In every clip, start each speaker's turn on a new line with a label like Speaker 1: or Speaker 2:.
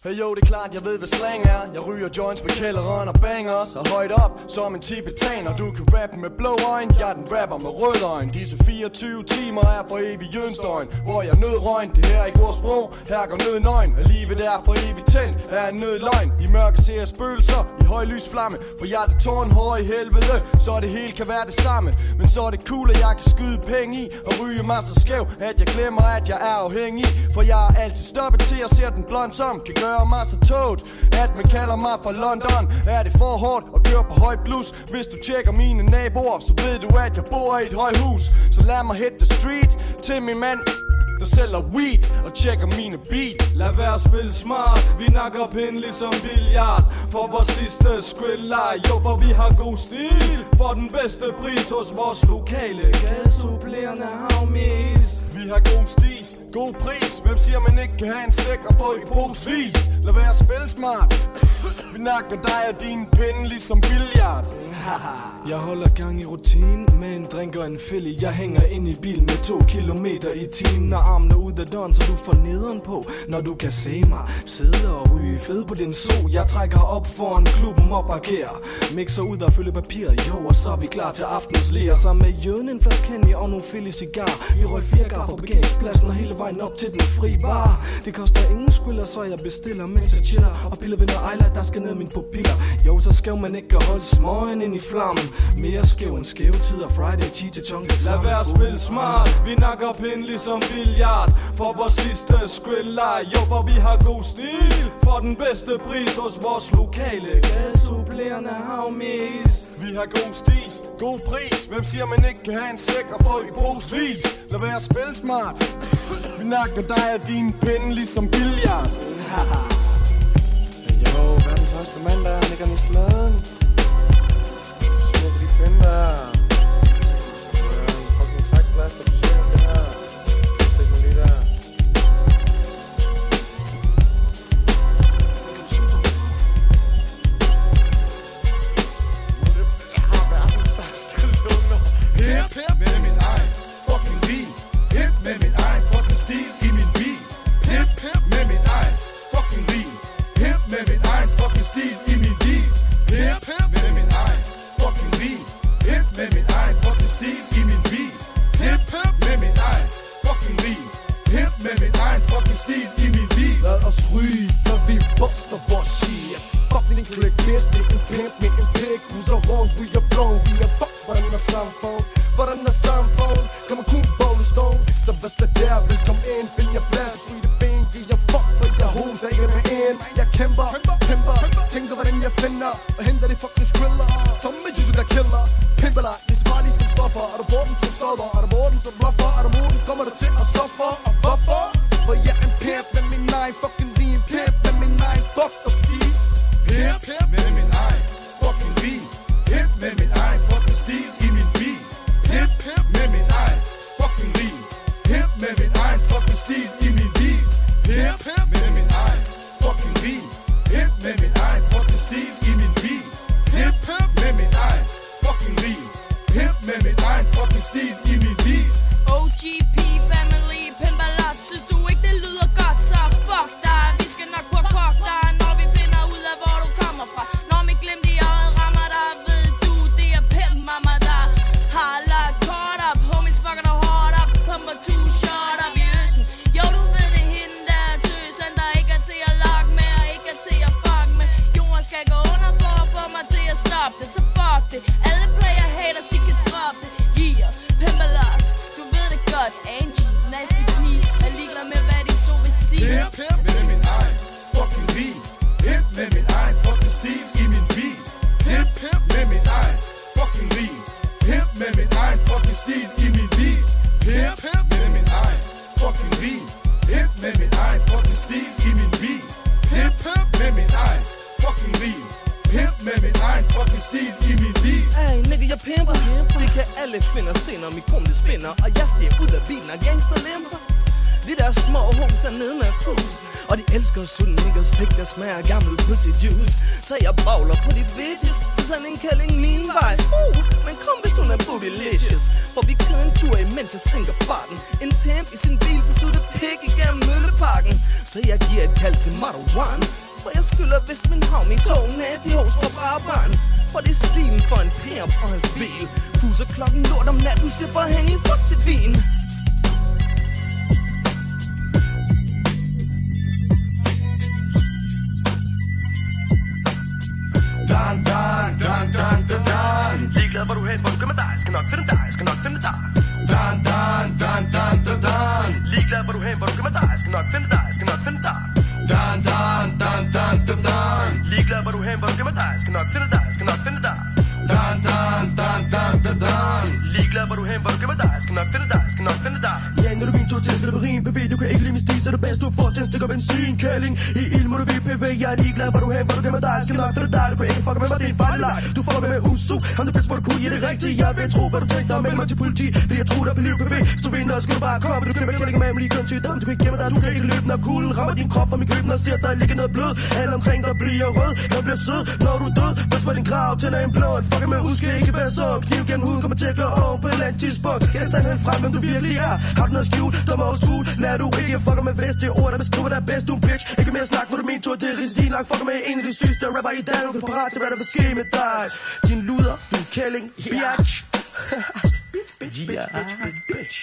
Speaker 1: Hey jo, det er klart, jeg ved hvad slang er. Jeg ryger joints med kælderen og bangers og højt op som en tibetan. Og du kan rappe med blå øjne, jeg er den rapper med rød øjne. Disse 24 timer er for evig jønsdøgn, hvor jeg nød røgn. Det her er ikke vores sprog, her går nød nøgn. Og livet er for evigt tændt, er en nød løgn. I mørke ser jeg spøgelser i høj lysflamme, for jeg er det tårnhår i helvede, så det hele kan være det samme. Men så er det cool, at jeg kan skyde penge i og ryge masser skæv, at jeg glemmer at jeg er afhængig. For jeg er altid stoppet til at se den blond som kan gøre mig så tåget, at man kalder mig fra London. Er det for hårdt at køre på højt plus? Hvis du tjekker mine naboer, så ved du at jeg bor i et højhus. Så lad mig hit the street til min mand der sælger weed og tjekker mine beats.
Speaker 2: Lad være spille smart, vi nakker pinde ligesom billiard. For vores sidste skrill-leg, jo for vi har god stil. For den bedste pris hos vores lokale gadesupplerende havmis.
Speaker 1: Vi har god stis, god pris. Hvem siger man ikke kan have en sæk og få i posvis? Lad være spille smart. Vi nakker dig og din pinde ligesom billiard.
Speaker 2: Jeg holder gang i rutinen med en drink og en fælde. Jeg hænger ind i bil med 2 kilometer i timen. Og armene ud af døren, så du får nederen på. Når du kan se mig sidde og ryge fed på din so. Jeg trækker op foran klubben og parkerer. Mixer ud og fylder papir, jo, og så er vi klar til aftens ler. Så med jøden, en flaske candy og nogle fælde cigar. Vi røg 4 gar fra parkeringspladsen og hele vejen op til den fri bar. Det koster ingen skyld, så jeg bestiller, mens jeg chiller. Og piller ved noget eyeliner, der skal ned mine pupiller. Jo, så skæv man ikke holde smøgen ind i flammen. Mere skæv end skæv tid og Friday, cheat chunky. Lad være spille smart, vi nakker pinde ligesom billiard. For vores sidste skrill-leg, jo for vi har god stil. For den bedste pris hos vores lokale gadesupplerende havmis.
Speaker 1: Vi har god stis, god pris. Hvem siger man ikke kan have en sæk og få i posvis? Lad være spille smart. Vi nakker dig og din pinde ligesom billiard.
Speaker 3: Jo, verdens højeste mand der, han ligger i sladen. Skruer på de pinde der. Fucking trækplaster på sjælen det her. Stik mig lige der.
Speaker 4: Hip med min egen fucking bil. Hip med min egen fucking stil i min bil. Hip med min egen fucking bil. Hip med min egen fucking stil i min bil. Hip med min egen fucking bil. Hip med min egen fucking stil i min bil. Hip med min egen fucking bil. Hip med min egen fucking stil i min bil.
Speaker 5: Lad os ryge, når vi buster vores shit. Fucking click, bitch, det er en pimp med en pik. Busser rundt, we are blown, we are fuck. Hvordan er samfund? Hvordan er samfund? Kan man kun bolle stone? Så hvis det der vil komme ind, find jeg plads. We the ben, giv jeg fuck, for jeg hoved, der er med ind. Jeg kæmper, tænker hvordan jeg finder og henter de fucking skriller. Som med Juju der killer. Pimper dig, det er farligt som stoffer. Er du våben som stopper? Er du våben som bluffer? Er du moden, kommer du til at suffer? Og hvorfor? For jeg er en pimp med min egen fucking vin. Pimp med min egen fucking stil.
Speaker 4: Hip med min egen fucking bil. Hip med min egen fucking stil i min bil. Hip med min egen fucking bil. Hip med min egen fucking stil i min bil. Hip med min egen fucking bil. Hip med min egen fucking stil i min bil. Hip med min egen fucking bil. Hip med min egen fucking stil i min bil.
Speaker 6: OGP family, pimbalat, synes du ikke det lyder godt, så fuck dig. Vi skal nok på kok dig, når vi finder ud af hvor du kommer fra. Når vi glemte i øjet rammer dig, ved du det er pimp mamma der har lagt kort op. Homies fucker dig hårdt op, pumper 2 shot op i østen. Jo du ved det hende der er tøsen, der ikke er til at lokke med og ikke er til at fuck med. Jorden skal gå under for at få mig til at stoppe det, så fuck det. Alle player haters, I kan droppe det. Yeah, pimbalat, du ved det godt. Angie, nasty piece, er ligeglad med hvad de to vil sige.
Speaker 4: Hip med min egen fucking bil. Hip med min egen fucking stil i min bil. Hip med min egen fucking bil. Hip med min egen fucking stil i min bil. Hip med min egen fucking bil. Hip med min egen fucking stil i min bil. Hip med min egen fucking bil. Hip med min egen fucking stil i min bil.
Speaker 7: Ey, nigga, jeg pimper. Det kan alle finde og se, når mit krum det spinner. Og jeg stiger ud af bilen og gangster limper. De der små hoes er nede med cruise. Og de elsker sunde niggas pik, der smager gammel pussy juice. Så jeg bagler på de bitches, til sådan en kælling min vej. Men kom hvis hun er bootylicious. For vi kører en tur i mens jeg sænker farten. En pimp i sin bil beslutter pik igennem Mølleparken. Så jeg giver et kald til Marwan, for jeg skylder vist min homie 2 natty hos fra Brabrand. For det er stilen for en pimp og hans bil. Fuser klokken lort om natten, sipper hen i fugtig vin.
Speaker 4: Dan, dan, dan, dan, dan, dan.
Speaker 8: Ligeglad hvor du hen, hvor du gør med dig. Skal nok finde dig, skal nok finde dig.
Speaker 4: Dan, dan, dan, dan, dan, dan.
Speaker 8: Ligeglad hvor du hen, hvor du gør med dig. Skal nok finde dig, skal nok finde dig.
Speaker 4: Dan, dan, dan, dan, dan, dan.
Speaker 8: Ligeglad hvor du hen, hvor du gør med dig. Skal nok finde dig, skal nok finde dig.
Speaker 4: Dan, dan, dan, dan, dan, dan.
Speaker 8: Ligeglad hvor du hen, hvor du gør med dig. Skal nok finde dig, skal nok finde dig.
Speaker 1: Ja, når du min tur til at sætte på rim, bevæg, du kan ikke lide min stil, så du bedst, du får til at stikke benzin, kælling. I ild må du ved PV, jeg er ligeglad, hvor du hen, hvor du gør med dig. Skal nok finde dig, du kan ikke fucke med mig, det er en fejl leg. Du fucker med usu, ham det bedst, hvor du kunne, ja det er rigtigt. Jeg vil tro, hvad du tænkte, og melde mig til politi, fordi jeg tror, der bliver PV. Så du vinder, skal du bare komme, du køber kælling med lige køn til dem. Du kan ikke gemme dig, du kan ikke løbe, når kuglen rammer din krop fra min køben, og ser dig ligge noget blød. Alle omkring dig bliver rød, han bliver sød, når du er død. Pas på din grav, tænder en blod, fucker med uske, ikke være så. Kniv gennem huden, kommer til at gå over på et eller andet tidspunkt. Skal sandheden frem, hvem du virkelig er. Har du noget skjult, dum og skjul. Lad du ikke fucker med vest, det er ord, der beskriver dig bedst, du en bitch. Ikke mere snak, hvor du min tur, det er risik din lang. Fucker med en af de sygeste rapper i dag. Du kan parat til, hvad der vil ske med dig. Din luder, du er kælling, bitch. Bitch.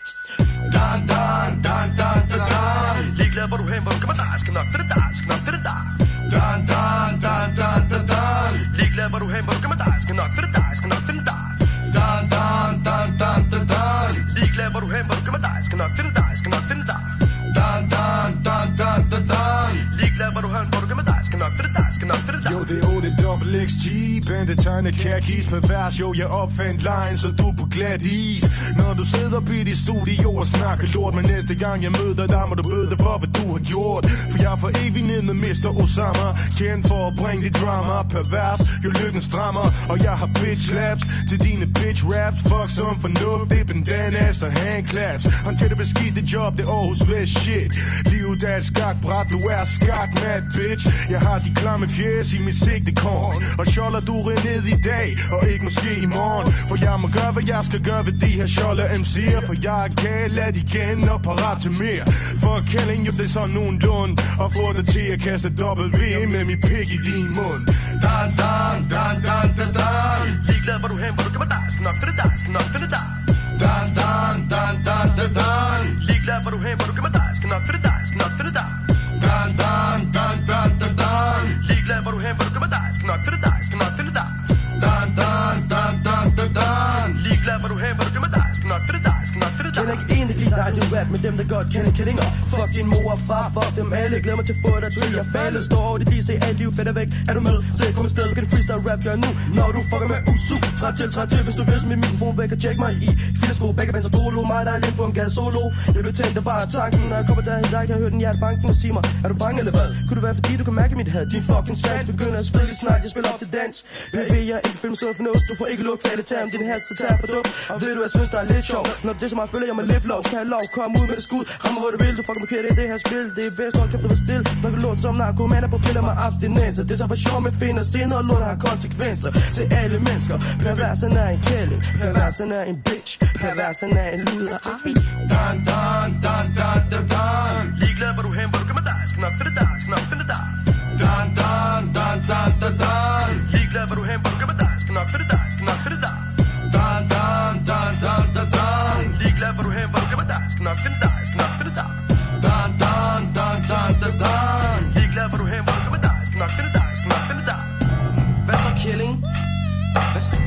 Speaker 4: Dan, dan, dan, dan, dan, dan.
Speaker 8: Ligeglad hvor du hen, hvor du gør med dig. Skal nok finde dig, skal nok finde dig.
Speaker 4: Dan, dan, dan, dan, dan, dan.
Speaker 8: Ligeglad hvor du hen, hvor du gør med dig. Skal nok finde dig, skal nok finde dig.
Speaker 4: Dan, dan, dan, dan, dan, dan.
Speaker 8: Ligeglad hvor du hen, hvor du gør med dig. Skal nok finde dig, skal nok finde dig.
Speaker 4: Dan, dan, dan, dan, dan, dan.
Speaker 8: Ligeglad hvor du hen, hvor du gør med dig. Skal nok finde dig, skal nok finde dig.
Speaker 9: Jo, det er 8 dobbelt XG, bandetegnet kakis med vers. Jo, jeg opfandt line, så du er på glat is. Når du sidder på dit studio og snakker lort, men næste gang jeg møder dig, må du bøde for, hvad du har gjort. For jeg er for evig ned med Mr. Osama, kendt for at bringe dit drama. Pervers, jo lykken strammer, og jeg har bitch slaps til dine bitch raps. Fuck som fornuft, det er bandanas og handclaps. Han til det beskidte job, det er Aarhus Vest shit. Livet er et skakbræt, du er skakmat, bitch. Jeg har de klamme fjes i mit sigtekorn, og skjolder du ned i dag, og ikke måske i morgen. For jeg må gøre, hvad jeg skal gøre ved de her skjolder MC'er. For jeg er galt igen og parat til mere. For kælling, jo det er så nogenlunde, og få dig til at kaste W med mit pik i din mund.
Speaker 4: Dan, dan, dan, dan, dan, dan.
Speaker 8: Ligeglad hvor du hen, hvor du gør med dig. Skal nok finde dig, skal nok finde dig.
Speaker 4: Dan, dan, dan, dan, dan, dan.
Speaker 8: Ligeglad hvor du hen, hvor du gør med dig. Skal nok finde dig, skal nok finde dig.
Speaker 4: Dan, dan, dan, dan, dan, dan.
Speaker 8: Ligeglad hvor du hen, hvor du gør med dig. Skal nok finde dig, skal nok finde dig.
Speaker 4: Dan, dan, dan, dan, dan, dan.
Speaker 8: Ligeglad hvor du hen, hvor du gør med dig. Skal nok finde dig, skal nok finde dig.
Speaker 1: Kender ikke en, der gider dig, du rap med dem, der godt kender kællinger. Fuck din mor og far, fuck dem alle. Glæder mig til at få dig til at falde. Står over det lige, se alt liv fedt er væk. Er du med? Så kom afsted, du kan freestyle rap, gør nu. Når du fucker med usu, træt til, hvis du vil smid mikrofon væk og tjek mig i filersko, begge venstre polo. Mig der er lidt på en gas solo. Jeg blev tænkt af bare tanken, når jeg kommer derhen, der kan jeg høre den hjertebanken og sige mig, er du bange eller hvad? Kunne det være fordi du kan mærke mit had? Din fucking sans begynder at spille snak, jeg spiller op til dans. Jeg ikke film så fornuft, du får ikke lugt fælde tag om din hals, så tager for duft. Og ved du, jeg synes der er lidt sjovt. Når det er så meget følger jeg mig lidt lov, skal have lov, kom ud med det skud. Rammer hvor du vil, du fucker med kære, det her spil. Det er bedst, hold kæft, du var still. Når du lort som narkomaner på piller med abstinenser. Det er så for sjov med finder sind, og lort har konsekvenser. Se alle mennesker, perversen er en kælling, perversen er en bitch, perversen er en luder.
Speaker 4: Dan, dan, dan, dan, dan, dan.
Speaker 8: Ligeglad hvor du hen, hvor du gør med dig. Skal nok finde dig, skal nok finde dig.
Speaker 4: Dan, dan, dan, dan, dan, dan.
Speaker 8: Ligeglad hvor du hen, hvor du gør med dig. Skal nok finde dig, skal nok finde dig.
Speaker 4: Dan, dan, dan, dan, dan, dan.
Speaker 8: Ligeglad hvor du hen, hvor du gør med dig. Skal nok finde dig, skal nok finde dig.
Speaker 4: Dan, dan, dan, dan, dan, dan.
Speaker 8: Ligeglad hvor du hen, hvor du gør med dig. Skal nok finde dig, skal nok finde dig.
Speaker 1: Hvad så, kælling? Hvad så?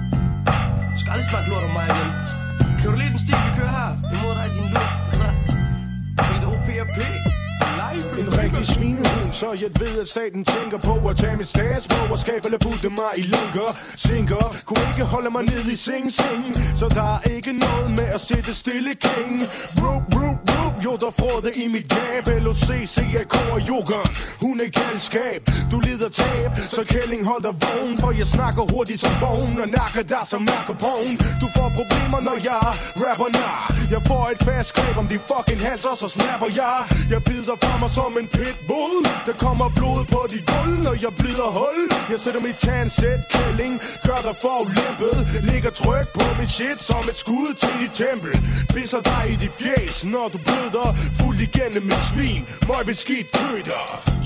Speaker 1: Du skal aldrig snakke lort om mig igen. Kan du lide den stil, vi kører her? Imod dig, din lort. Fordi det er OPRP.
Speaker 9: En rigtig svinehund, så jeg ved, at staten tænker på at tage mit statsborgerskab eller putte mig i lunker. Sinker, kunne ikke holde mig ned i sing. Så der er ikke noget med at sætte stille king. Roop, roop, roop, Jo, der frøde i mit gab. LOC, CAK og yoghurt. Hun er galskab. Du lider tab, så kælling hold dig vågen. For jeg snakker hurtigt som bogen og nakker dig som mærkepågen. Du får problemer, når jeg rapper nar. Jeg får et fast greb om de fucking halser, så snapper jeg. Jeg bider fra mig som en pitbull. Der kommer blod på dit gulv, når jeg blider hul. Jeg sætter mit tandsæt, kælling, gør dig forulæmpet. Ligger tryk på mit shit som et skud til dit tempel. Pisser dig i dit fjes, når du bløder. Fuldt igennem mit svin, møg beskidt køder.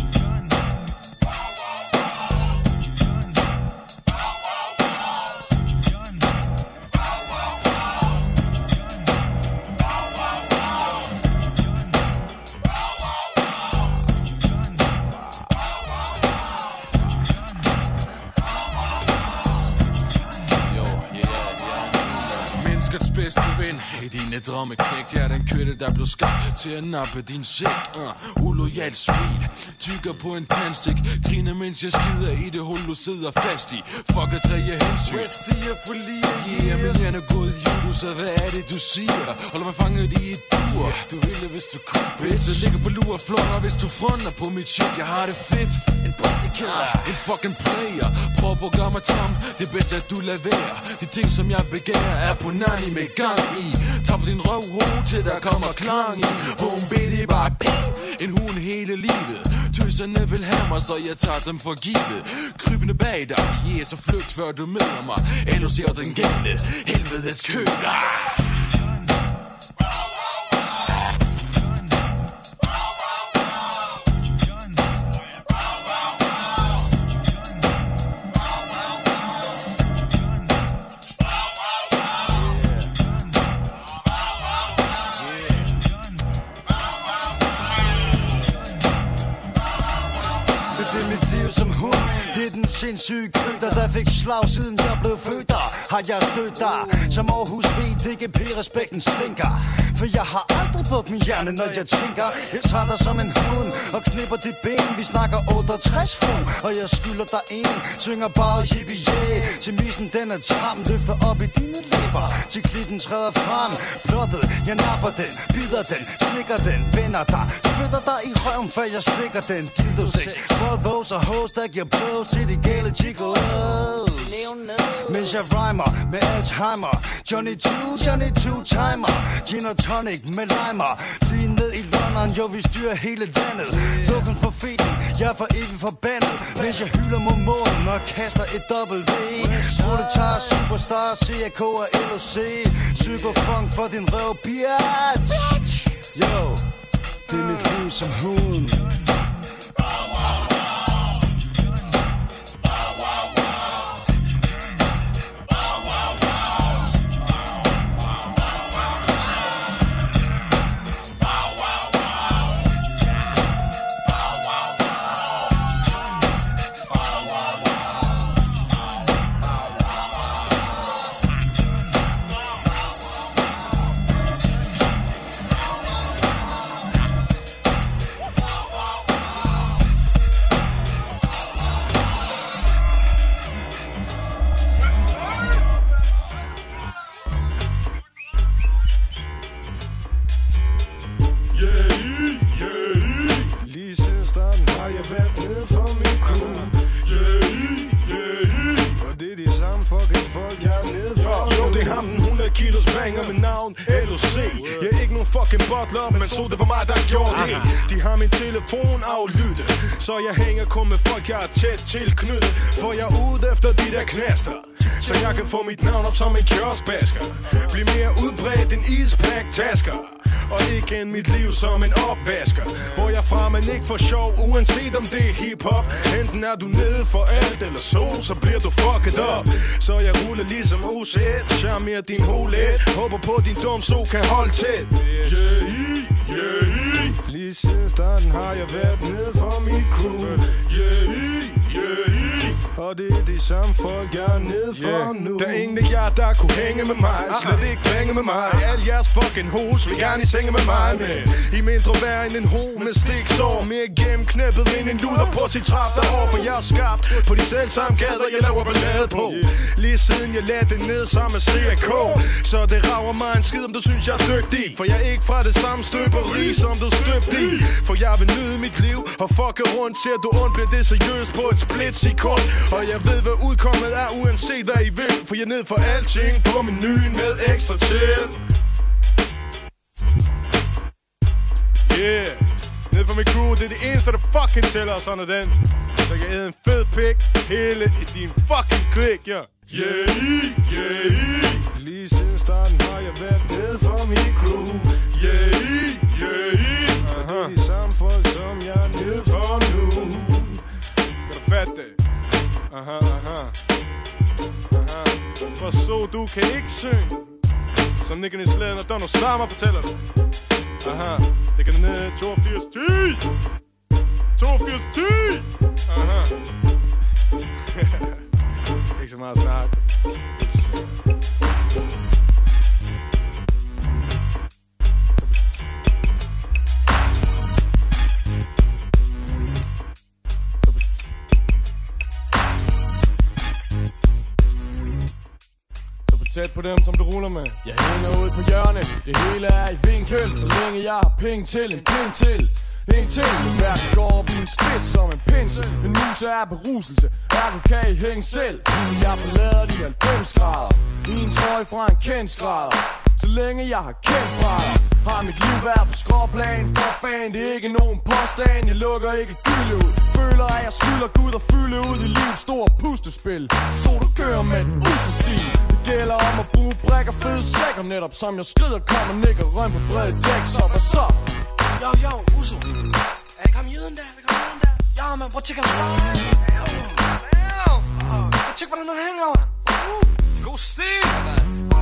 Speaker 10: Bedste ven i dine drømmeknægt. Jeg er den køtte, der blev skabt til at nappe din sæk. Uloyal svin, tykker på en tandstik. Griner, mens jeg skider i det hul, du sidder fast i. Fuck at tage jer hensyn. Yeah, men jeg er gået i judo, så hvad er det, du siger? Holder mig fanget i et dur. Du ville, hvis du kunne, bitch. Jeg ligger på lur og flotter, hvis du fronter på mit shit. Jeg har det fedt. En pussycat. En fucking player. Prøv at gøre mig tam. Det bedste, at du lader være. De ting, som jeg begærer, er på nani med gang i. Tag på din røvhoved, til der kommer klang i. Boom, bitty, bare ping. En hund hele livet. Tøserne vil have mig, så jeg tager dem for givet. Krybende bag dig, yeah, så flygt før du møder mig. Ellers ser den gælde, helvedes køler.
Speaker 11: Sindssyg køter, der fik slag siden jeg blev født der. Har jeg stødt dig som Aarhus ved DGP-respekten stinker. For jeg har aldrig brugt min hjerne, når jeg tænker. Jeg tager dig som en hund og knipper dit ben. Vi snakker 68 hund, og jeg skylder dig en. Synger bare hippie yeah. Til misen den er tram, løfter op i dine læber. Til klitten træder frem, blottet, jeg napper den. Bider den, slikker den, vender dig. Spytter dig i røven, før jeg stikker den. Dildo 6, Volvos og hoes, der giver blows til de gale chicos. Mens jeg rhymer med Alzheimer. Johnny Two timer. Gin og tonic med limer. Lige ned i London, jo vi styrer hele landet. Lukken på feten, jeg er for evigt forbandet. Mens jeg hylder mod månen og kaster et W. Proletar, superstar, CAK og LOC. Psykofunk for din røv, bitch. Yo, det er mit liv som hund.
Speaker 9: Men så det var mig, der gjorde det. De har min telefon aflyttet, så jeg hænger kun med folk, jeg er tæt tilknyttet. For jeg er ude efter de der knaster, så jeg kan få mit navn op som en kioskbasker. Bliv mere udbredt end ispack-tasker, og igen mit liv som en opvasker. Hvor jeg fra, men ikke for sjov, uanset om det er hiphop. Enten er du nede for alt, eller så bliver du fucket up. Så jeg ruller ligesom U-sæt, charmerer din holet. Håber på din dum så kan holde tæt. Lige siden starten har jeg været nede for mit crew. Og det er de samme folk, jeg er nede for nu. Der er ingen af jer, der kunne hænge med mig. Slet ikke penge med mig. Al jeres fucking hos vil gerne i senge med mig. Men I mindre værd end en ho med stiksår. Mere gennemknæppet end en luder på sit traf derovre. For jeg er skarpt på de selv samme gader, jeg laver ballade på. Lige siden jeg lagde det ned sammen med CAK. Så det rager mig en skid, om du synes jeg er dygtig. For jeg er ikke fra det samme støberi, som du støbt i. For jeg vil nyde mit liv og fucke rundt. Ser du ondt, bliver det seriøst på et splitsekund. Og jeg ved, hvad udkommet er, uanset hvad I vil. For jeg er ned for alting på menuen med ekstra chill. Yeah, ned for mit crew, det er det eneste, der fucking tæller. Sådan er den. Så jeg kan æde en fed pik hele i din fucking klik, ja. Yeah. Lige siden starten har jeg været ned for mit crew. Yeah. Og det er de samme folk, som jeg er ned for nu. Kan du fatte det? Aha. For så du kan ikke synge som Nick i slæden og Donald Summer fortæller det. Aha, det kan ned 82-10. 82-10. Aha. Ikke så meget snak.
Speaker 1: Tæt på dem, som du ruller med. Jeg hænger ude på hjørnet. Det hele er i vinkel, så længe jeg har penge til. En verden går op i en spids som en pinsel. En mus er beruselse, ergo kan I hænge selv. Så jeg forlader de 90 grader i en trøje fra en kendsgrader. Så længe jeg har kendt fra dig, har mit liv været på skråplan. For fan, det er ikke nogen påstand. Jeg lukker ikke gylde ud. Føler at jeg skylder Gud og fylde ud i livets store pustespil. Så du kører med en usestil. Det gælder om at bruge bræk og fede sækker. Netop som jeg skrider, kommer nikker røm på brede dæk. Så hvad så?
Speaker 12: Yo, Uso. Er det kommet jyden der? Ja, man, prøv at tjekke ham. Tjek, hvordan den hænger, man. God stil, man.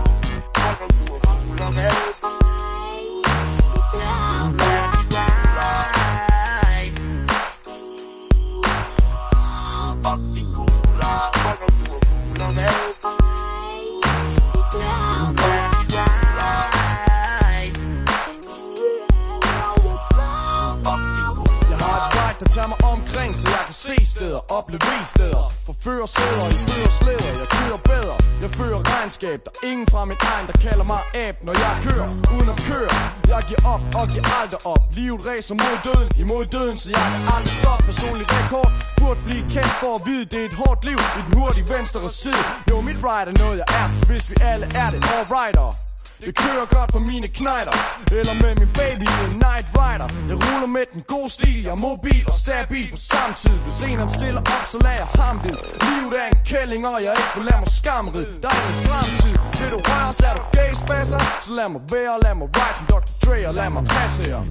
Speaker 1: Tag mig omkring, så jeg kan se steder, opleve steder. Forfører sæder, I fører slæder, jeg kører bedre. Jeg fører regnskab, der er ingen fra min egen, der kalder mig ab, når jeg kører uden at køre. Jeg giver op og giver aldrig op. Livet racer mod døden, imod døden, så jeg kan aldrig stoppe. Personlig rekord burde blive kendt for at vide, det er et hårdt liv i den hurtige venstre side. Jo, mit ride er noget jeg er, hvis vi alle er det, all-righter. Det kører godt på mine knejder, eller med min baby en night rider. Jeg ruller med den gode stil, jeg er mobil og stabil på samme tid. Hvis en han stiller op, så lader jeg ham det. Livet er en kælling, og jeg ikke vil lade mig skamrid. Der er ingen fremtid, vil du røre, så er du gay-spasser. Så lad mig være, lad mig ride som Dr. Dre, og lad mig passe her.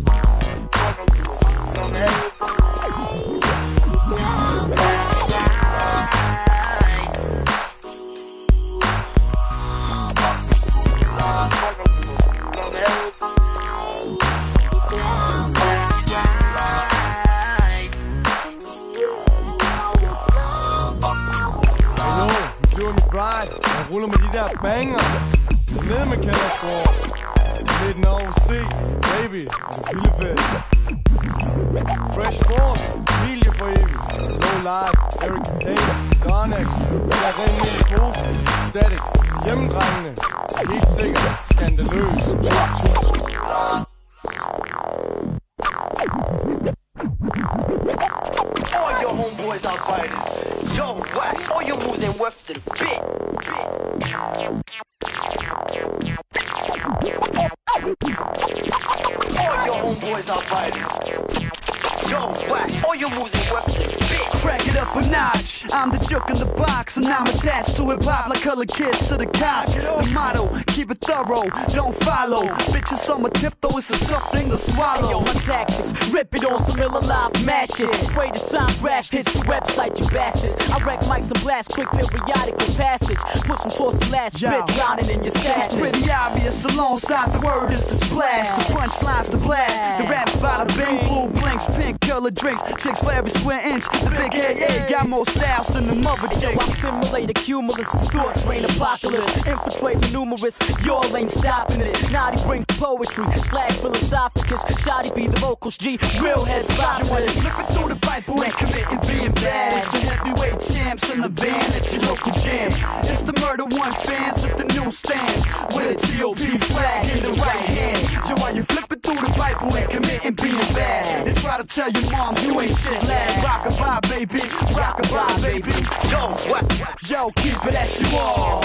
Speaker 1: Jeg ruller med de der banger ned med Kaldersborg. Lidt en OC, baby, og det vilde fedt. Fresh Force, familie for evigt. Low Life, Eric Hayden, Garnex. Jeg ringer ind i posen, Static, hjemmedrengene. Helt sikkert, skandaløs, 2000.
Speaker 13: All your homeboys are fighting. Yo, wax, all your moves ain't worth the bit. All your homeboys are fighting. Yo, wax, all your moves ain't worth the bit.
Speaker 14: Crack it up a notch. I'm the joke in the box, and I'm attached to hip hop like colored kids to the couch. The motto,
Speaker 11: keep it thorough, don't follow. Bitches on my tiptoe, it's a tough thing to swallow.
Speaker 14: Yo, my tactics, rip it on some Miller Live, mash it. Spray the sign, graph hits your website, you bastards. I wreck mics and blast quick periodical passage. Push them towards the last bit, drowning in your sadness.
Speaker 11: It's pretty obvious, alongside the word is the splash. The punchlines, the blast. The rap's by the bing, blue blinks, pink color drinks. Chicks for every square inch. The big AA got more styles than the mother chicks.
Speaker 14: Yo, I stimulate a cumulus, the thought train apocalypse. Infiltrate the numerous, y'all ain't stopping this. Naughty brings poetry, slash philosophicus. Shoddy be the vocals, G, real heads
Speaker 11: You wanna slip it through the Bible and committing being bad. It's the heavyweight champs in the van at your local jam. It's the Murder One fans at the newsstand with a TOP flag in the right hand. Yo, while you flip it through the Bible and committing being bad, they try to tell your mom you ain't shit, lad. Rockabye, baby, rockabye, baby. Yo, keep it as you are.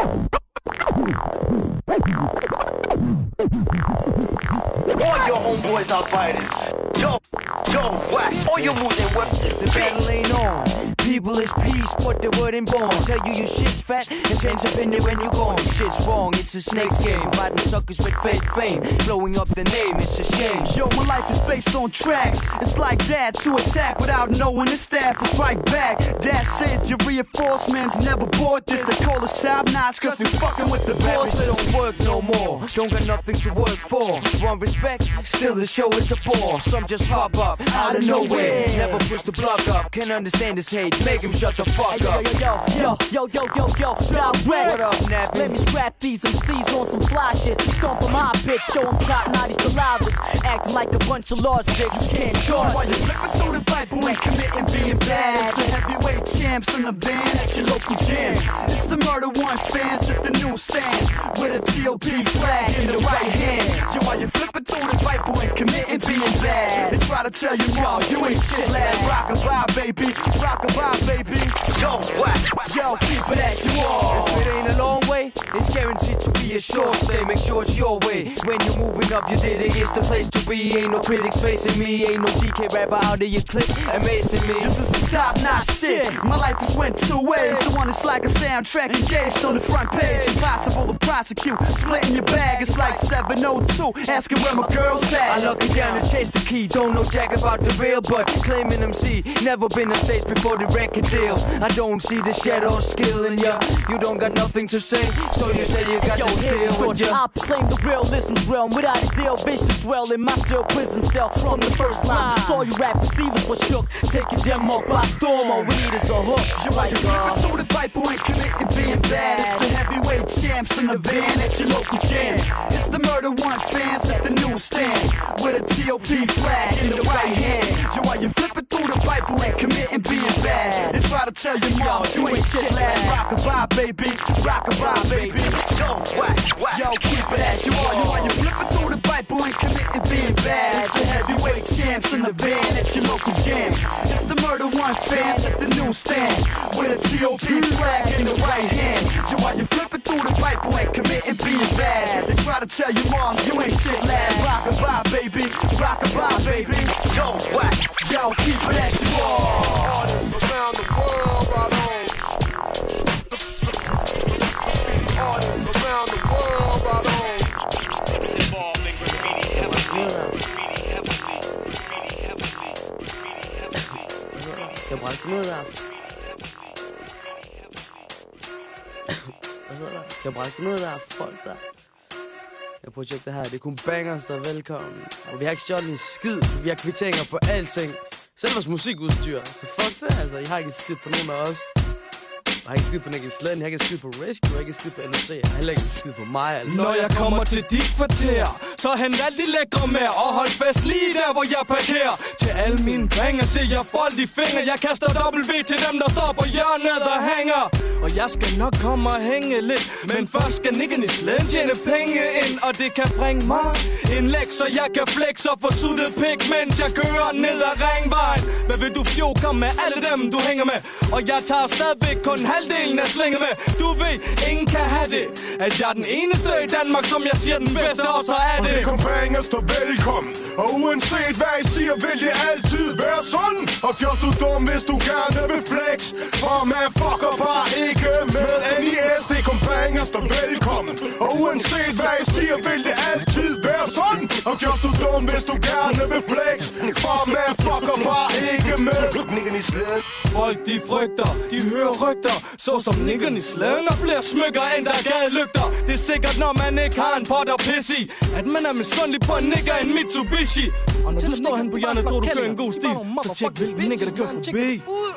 Speaker 13: All your homeboys out fighting. Yo, wax. All your moves ain't worth.
Speaker 15: The battle ain't on. People is peace, but they weren't born. Tell you your shit's fat and change opinion when you're gone. Shit's wrong, it's a snake's game. Riding suckers with fake fame, blowing up the name, it's a shame.
Speaker 11: Yo, my life is based on tracks. It's like that to attack without knowing the staff is right back. That's it, your reinforcements never bought this. They call us top notch cause we fucking with the bosses.
Speaker 15: Don't work no more, don't got nothing to work for. Want respect, still the show is a bore. Some just pop up out of nowhere. Never push the block up, can't understand this hate. Make him shut the fuck up.
Speaker 14: Yo, direct.
Speaker 15: What up, Nappy?
Speaker 14: Let me scrap these MCs on some fly shit. Stomp from high pitch, show them top notties to livers. Acting like a bunch of large dicks, you can't charge
Speaker 11: While you flipping through the Bible and committing being bad. It's the heavyweight champs in the van at your local gym. It's the Murder One fans at the newsstand with a TOP flag in the right hand. Yo, while you flipping through the Bible and committing being bad, they try to tell you mom you ain't shit, lad. Rockabye, baby, rockabye, baby. Yo, keep it as you are.
Speaker 15: If it ain't a long way, it's guaranteed to be a short stay. Make sure it's your way. When you're moving up, you did it. It's the place to be. Ain't no critics facing me. Ain't no DK rapper out of your clique amazing me.
Speaker 11: This is some top-notch shit. My life has went two ways. The one is like a soundtrack engaged on the front page. Impossible to prosecute. Splitting your bag, it's like 702. Asking where my girl's at.
Speaker 15: I lucky down to chase the key. Don't know jack about the real, but claiming MC. Never been on stage before the record deal. I don't see the shadow skill in ya. You don't got nothing to say, so you say you got the skill with ya.
Speaker 14: I proclaim the realism's realm without a deal. Vicious dwell in my still prison cell from the first line. Saw you rap receivers was shook. Take your demo by storm. All we need is a hook.
Speaker 11: Like you flipping through the Bible and committing being bad. It's the heavyweight champs in the van at your local jam. It's the Murder One fans at the newsstand with a TOP flag in the right hand. Yo, while you flipping through the Bible and committing being bad, they try to tell your mom you ain't shit, lad. Rockabye, baby, rockabye, baby. Yo, keep it as you are. Yo, while you flipping through the Bible and committing being bad, it's the heavyweight champs in the van at your local jam. It's the Murder One fans at the newsstand with a TOP flag in the right hand. Yo, while you flipping through the Bible and committing being bad, they try to tell your mom you ain't shit, lad. Rockabye, baby, rockabye, baby. Yo, keep it as you are.
Speaker 16: Artists around the world, right on. Artists around the world, right on.
Speaker 15: Jeg brændte ned der. Hvad så der? Jeg brændte ned der. Folk der. Jeg projektet her, det er kun bangers, der er velkommen. Og vi har ikke stjålet en skid, for vi har kvitteringer på alting. Selv vores musikudstyr. Så fuck det, altså. I har ikke skid på nogen af os. Jeg har ikke skid på Nicky Sledden, jeg har ikke skid på Rescue, jeg har ikke skid på LOC, jeg har heller ikke skid på mig, altså.
Speaker 2: Når jeg kommer til dit kvarter, så hent alt de lækre med, og hold fast lige der, hvor jeg parkerer. Til alle mine banger, til jeg folk i fingre, jeg kaster W til dem, der står på hjørnet og hænger. Og jeg skal nok komme og hænge lidt, men først skal Nicky Sledden tjene penge ind, og det kan bringe mig en læk, så jeg kan flex og få suttet pik, mens jeg kører ned ad ringvejen. Hvad vil du fjoker med alle dem, du hænger med? Og jeg tager stadigvæk kun halvdelen af slænget med. Du ved, ingen kan have det, at jeg er den eneste i Danmark, som jeg siger den bedste, og så er
Speaker 9: det kompangers, der velkommen. Og uanset hvad I siger, vil det altid være sådan. Og fjort du dum, hvis du gerne vil flex. For man fucker bare ikke med NIS. Det kompangers, der velkommen. Og uanset hvad I siger, vil det altid være sådan. Og fjort du dum, hvis du gerne vil flex. For man fucker bare ikke med niggerne i slæden.
Speaker 2: Folk de frygter, de hører rygter. Så som niggerne i slæden og flere smykker end der gade lygter. Det er sikkert når man ikke har en pot og pis i, at man er misundelig på en nigger en Mitsubishi. Og når du står hen på hjørnet, tror du kører en god stil, så tjek hvilken nigger der kører forbi.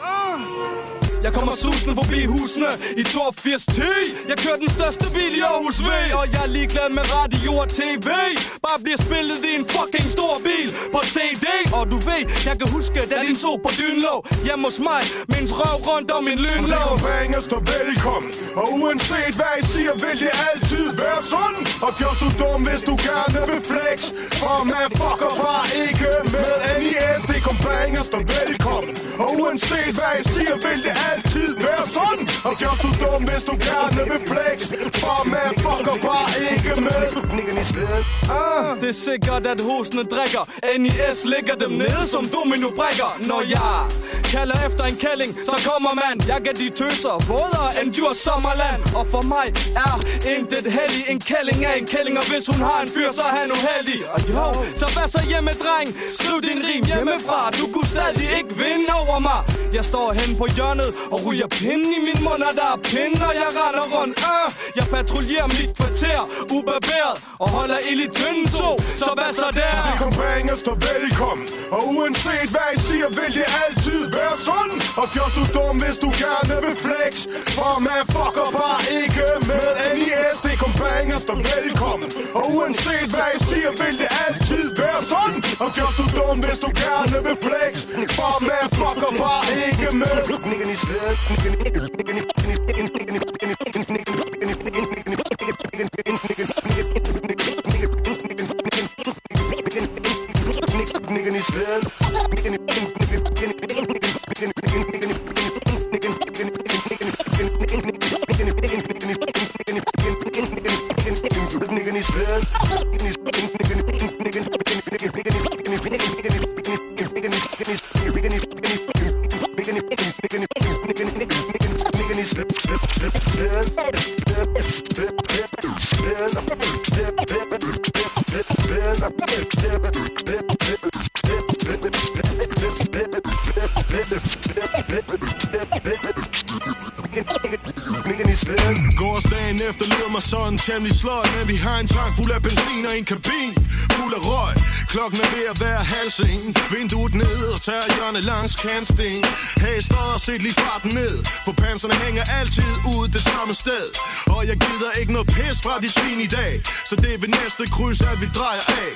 Speaker 2: Jeg kommer susende forbi husene i 8210. Jeg kører den største bil i Aarhus V. Og jeg er ligeglad med radio og tv. Bare bliver spillet i en fucking stor bil på CD. Og du ved, jeg kan huske, da din so på dynen lå hjemme hos mig, mens røv rundt om min lynlåg.
Speaker 9: Og det kompangers, der velkommen. Og uanset hvad I siger, vil det altid være sådan. Og fjort du dum, hvis du gerne vil flex. For man fucker bare ikke med NIS. Det kompangers, der velkommen. Og uanset hvad I siger, vil det altid være sådan. Og fjort du dum, hvis du gerne vil flex. For man fucker bare ikke med niggerne i slæden.
Speaker 2: Det er sikkert, at husene drikker. NIS ligger dem nede som domino-brækker. Når jeg kalder efter en kælling, så kommer man. Jeg kan de tøser vådere end Djurs Sommerland. Og for mig er intet heldig. En kælling er en kælling, og hvis hun har en fyr, så er han uheldig. Og jo, så hvad så hjemme, dreng? Skriv din rim hjemmefra. Du kunne stadig ikke vinde over mig. Jeg står hen på hjørnet og ryger pinden i min mund, og der er pinde, når jeg render rundt. Jeg patruljerer mit kvarter ubarberet og holder ild i tynden så hvad så der?
Speaker 9: Det kompangers, der velkommen. Og uanset hvad I siger, vil det altid være sådan. Og fjort du dum, hvis du gerne vil flex. For man fucker bare ikke med NIS. Det kompangers, der velkommen. Og uanset hvad I siger, vil det altid være sådan. Og fjort du dum, hvis du gerne vil flex. For man fucker bare ikke med niggerne i slæden. Niggerne i slæden. Niggerne i slæden. Gårdsdagen efter lyder mig sådan temmelig sløj. Men vi har en tank fuld af benzin og en kabin fuld af røg. Klokken er ved at være 1:30. Vinduet ned og tager hjørnet langs kantsten. Hey, står og sæt lige farten ned, for panserne hænger altid ud det samme sted. Og jeg gider ikke noget pis fra de svin i dag, så det er ved næste kryds, at vi drejer af.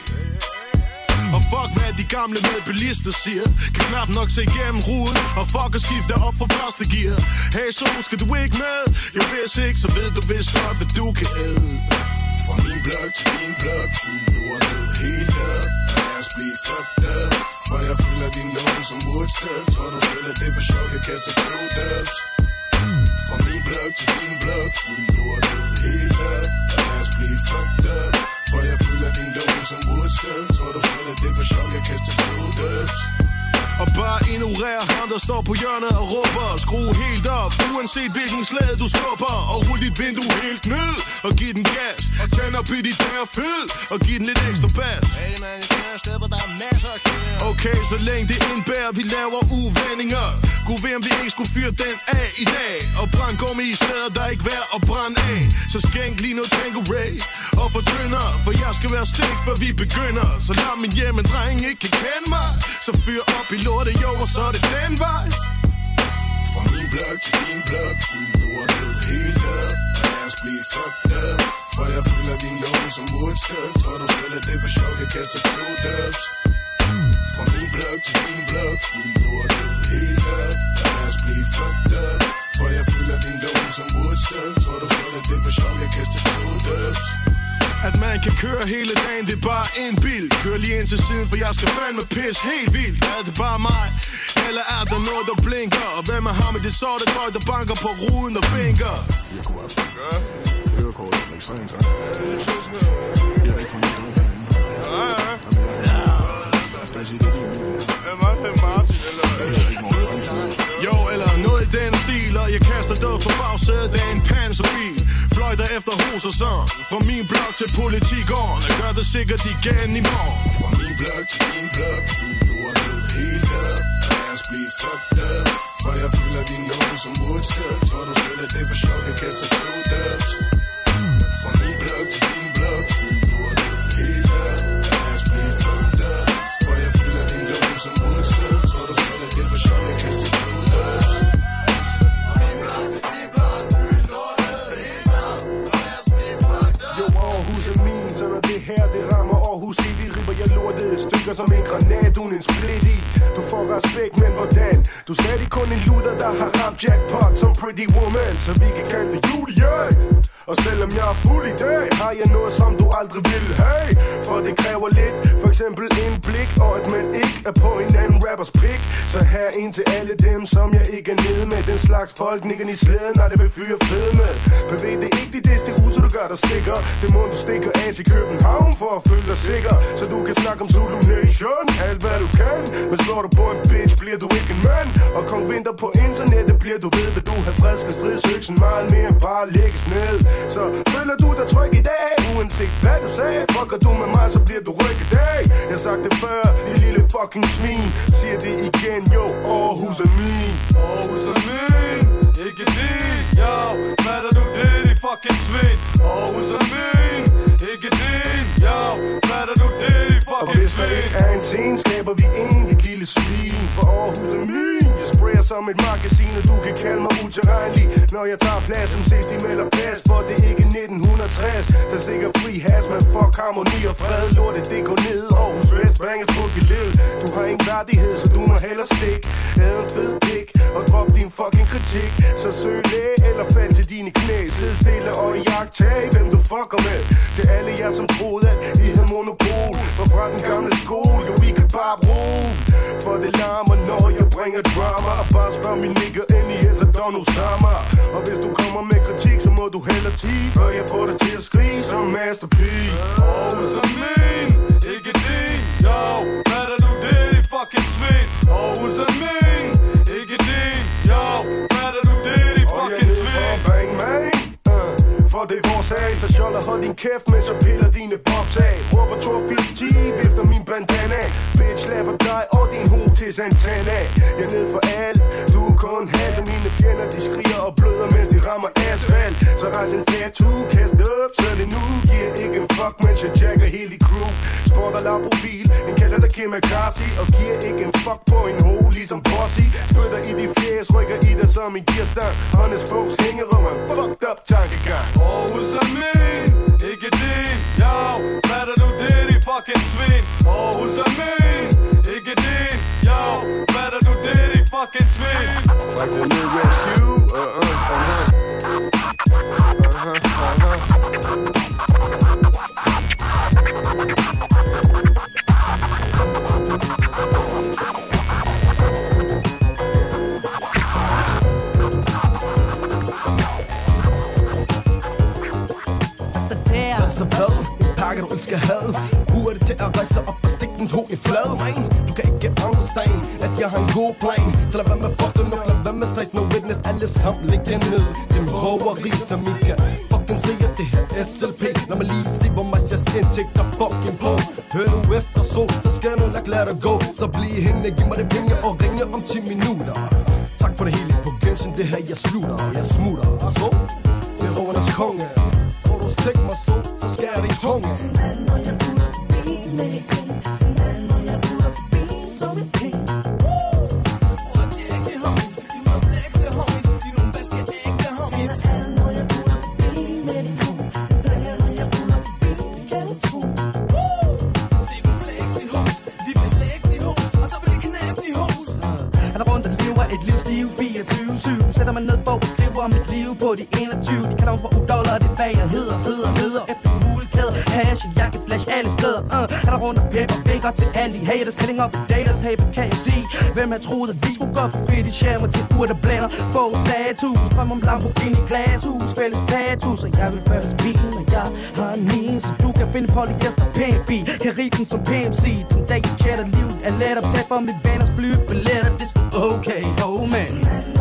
Speaker 9: Og fuck hvad de gamle medbilister siger, kan knap nok se igennem ruden. Og fuck at skifte op fra første gear. Hey, så skal du ikke med? Jo, hvis ikke, så ved du vist godt, hvad du kan æde. Fra min blok til din blok, fuld lortet helt op. Lad os blive fucked up, for jeg føler din lunge som Woodstock. Tror du spiller det for sjov, jeg kaster blue dubs. Fra min blok til din blok, fuld lortet helt op. Lad os blive fucked up, for jeg føler din lunge som Woodstock. Tror du spiller det for sjov, jeg kaster blue dubs. Og bare ignorer ham, der står på hjørnet og råber. Skru helt op, uanset hvilken slag du skubber. Og rul dit vindue helt ned og giv den gas. Og tænd op i dit der fed og giv den lidt ekstra bas. Hey man, jeg kender et sted, hvor der er masser af kære. Okay, så længe det indbærer, vi laver uvendinger. Gud ved, om vi ikke skulle fyre den af i dag. Og brænd gummi i steder, der ikke værd at brænde af. Så skænk lige noget Tanqueray og fortynder, for jeg skal være stik, før vi begynder. Så lad min hjemmedreng ikke kan kende mig. Så fyr op i lortet, jo, og så er det den vej. Fra min blok til din blok, fyld lortet helt op. Lad os blive fucked up, for jeg føler din lunge som Woodstock. Tror du spiller det for sjov, jeg kaster blue dubs. Fra min blok til din blok, fyld lortet helt op. Lad os blive fucked up, for jeg føler din lunge som Woodstock. Tror du spiller det for sjov, jeg kaster blue dubs. At man kan køre hele dagen, det er bare en bil. Kør lige ind til siden, for jeg skal fandme pisse helt vildt. Er det bare mig, eller er der noget, der blinker? Og hvem er ham med det sorte tøj, der banker på ruden og vinker? Jeg kunne også gøre kørekort, for eksempel. Jeg er ikke for mig. jeg sige, det er din mulighed.
Speaker 16: Martin, eller...
Speaker 9: Jo, eller noget i den stil, og jeg kaster død for bagsædet af en panserbil. Fløjter efter hos og sådan. Fra min blok til politigården, og gør det sikkert igen i morgen.
Speaker 17: Fra min blok til din blok, du er blevet helt op. Lad os blive fucked up, for jeg føler de nogen som Woodstock. Tror du selv, at det er for sjovt, jeg kaster blowdubs. Fra min blok til din blok, du er blevet helt op. Lad os blive fucked up, for jeg føler de nogen som Woodstock. Tror du selv, at det er for sjovt, jeg kaster blowdubs.
Speaker 9: Jo, Aarhus er min, så når det her, det rammer Aarhus i, de ripper jeg lortede stykker som en granat uden en split i. Du får respekt, men hvordan? Du er stadig kun en luder, der har ramt jackpot som Pretty Woman, så vi kan kalde det Julie. Og selvom jeg er fuld i dag, har jeg noget, som du aldrig vil have. For det kræver lidt, for eksempel en blik, og at man ikke er på en anden rappers pik. Så her en til alle dem, som jeg ikke er nede med. Den slags folk nikker i slæden, når det vil fyre fed med. Bevæg det ikke de næste uge, så du gør dig stikker. Det må du stikker af til København for at føle dig sikker. Så du kan snakke om Zulu Nation, alt hvad du kan. Men slår du på en bitch, bliver du ikke en mand. Og kom vinter på internettet, bliver du ved, hvad du har frisk og stridsøksen. Meget mere end bare lægges ned. Så føler du dig tryg i dag, uanset hvad du sagde. Fucker du med mig, så bliver du rykket af. Jeg har sagt det før, det lille fucking svin. Siger det igen, jo, Aarhus er min.
Speaker 2: Aarhus er min, ikke din. Yo, fatter du det, de fucking svin. Aarhus er min, ikke din. Yo, fatter du det, de fucking svin.
Speaker 9: Og hvis der ikke er en scene, skaber vi en, dit lille svin. For Aarhus er min. Jeg sprayer som et magasin, og du kan kalde mig utilregnelig. Når jeg tager plads, som ses de melder plads. For det er ikke 1960, der stikker fri has. Men fuck harmoni og fred, lortet det går ned. Aarhus Vest, banges på geled. Du har ingen værdighed, så du må hellere stik. Havde en fed pik, og drop din fucking kritik. Så søg læge eller fald til dine knæ. Sid stille og jagttag, hvem du fucker med. Til alle jer som troede, at I havde monopol. Og fra den gamle skole, jo vi kan bare bruge. For det larmer, når jeg bringer drama. Og bare spørg min nigger NES og Donald Summer. Og hvis du kommer med kritik, så må du hellere tige. Før jeg får dig til at skrige som Master P.
Speaker 2: Aarhus er min, ikke din. Yo, fatter du det, de fucking svin. Aarhus er min, ikke din. Yo, fatter du det, de fucking svin.
Speaker 9: Bang, man. For det er vores sag, så sjoller hold din kæft, mens jeg piller dine pops af. Råber 8210, vifter min bandana. Bitch, slapper dig og din hoved til Santana. Jeg er ned for alt, du er kun halv. Og mine fjender, de skriger og bløder, mens de rammer asfalt. Så rejs en statue, kast op, så det nu. Giver ikke en fuck, mens jeg jacker hele i crew. Sport og lav profil, en kalder der Kim Akasi. Og giver ikke en fuck på en hoved, ligesom Bossy. Spytter i de fjæs, rykker i dig som en gearstang. Honest folks hænger om en fucked up tankegang.
Speaker 2: Aarhus er min, ikke din. Yo, fatter du det, de fucking svin. Aarhus er min, ikke din. Yo, fatter du det, de fucking svin.
Speaker 9: Like the new rescue,
Speaker 5: Så hvad? En pakke du elsker had. Hvor er det til at rejse op og stikke den hoved i flad, man? Du kan ikke understand, at jeg har en god plan. Så lad være med fucking nok, lad være med stress, no witness. Alle sammen ligger ned. Den råberi, som I kan fucking se, at det her SLP. Lad mig lige se, hvor meget jeg indtægter fucking på. Hør nu efter så skal jeg nok lade dig gå. Så bliv hængende, giv mig det penge og ringe om 10 minutter. Tak for det hele på gensyn, det her jeg slutter. Jeg smutter, så det er rådernes konge. Og du stik mig så skal jeg det i tunge. Når jeg putter forbi med det kring. Når jeg putter forbi, så er det penge. Og det er ikke homies, de er nogle ægte homies. De er nogle bedste ægte homies. Når jeg putter forbi med det kring. Når jeg putter forbi, det kan du tro. Se dem flex de hos, de vil lægge de hos. Og så vil de knæppe de hos. Han er rundt og lever et livsstil 24/7. Sætter mig ned på og skriver om mit liv på de 21. De kalder mig for $1, det bag jeg hedder. Efter muligheder, hash, jeg kan flash alle steder. Han er rundt og pepper fingre til alle de haters. Killing up the daters, hey, kan jeg sige. Hvem jeg troede, at vi skulle gå for fedt i skærmer til ur, der blænder. Få status, drøm om Lamborghini glashus, fælles tattoos. Og jeg vil først bilen, og jeg har en min, så du kan
Speaker 18: finde polyester PB. Kan rive den som PMC. Den dag jeg chatter, livet er let at tage for mit venners flybilletter. Det er okay, oh man.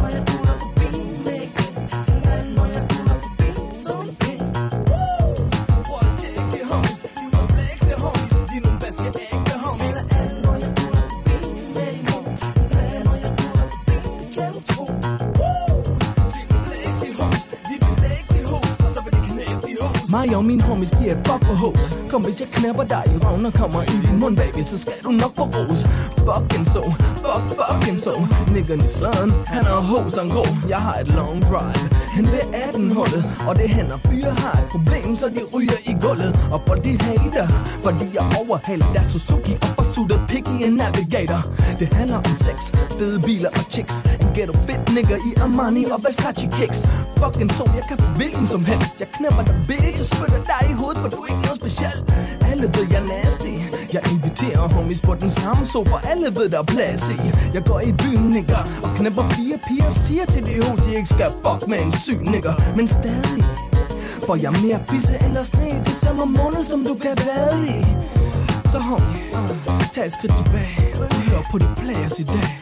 Speaker 2: Mig og mine homies giver et fuck på hos. Kom hvis jeg knapper dig i røven og kommer i din mund, baby, så skal du nok få ros. Fucking so, fucking so. Niggerne i sladen, han er hos og grå. Jeg har et long drive, han ved 18-hullet. Og det hænder fyre har et problem, så de ryger i gulvet. Og for de hater, fordi jeg overhaler deres Suzuki og forsuttet picky en navigator. Det handler om sex, fede biler og chicks. En ghetto fit nigger i Armani og Versace kicks. Fucking so, jeg kan få hvilken som helst. Jeg knæpper dig bitch og spytter dig i hovedet, for du er ikke noget specielt. Alle ved jeg er nasty. Jeg inviterer homies på den samme sofa. Alle ved der er plads i. Jeg går i byen, nigger, og knæpper 4 piger. Siger til de hoved, de ikke skal fuck med en syg nigger. Men stadig, for jeg er mere fisse end der sne. Det samme måned, som du kan være i. Så homie, tag et skridt tilbage og hør på de players i dag.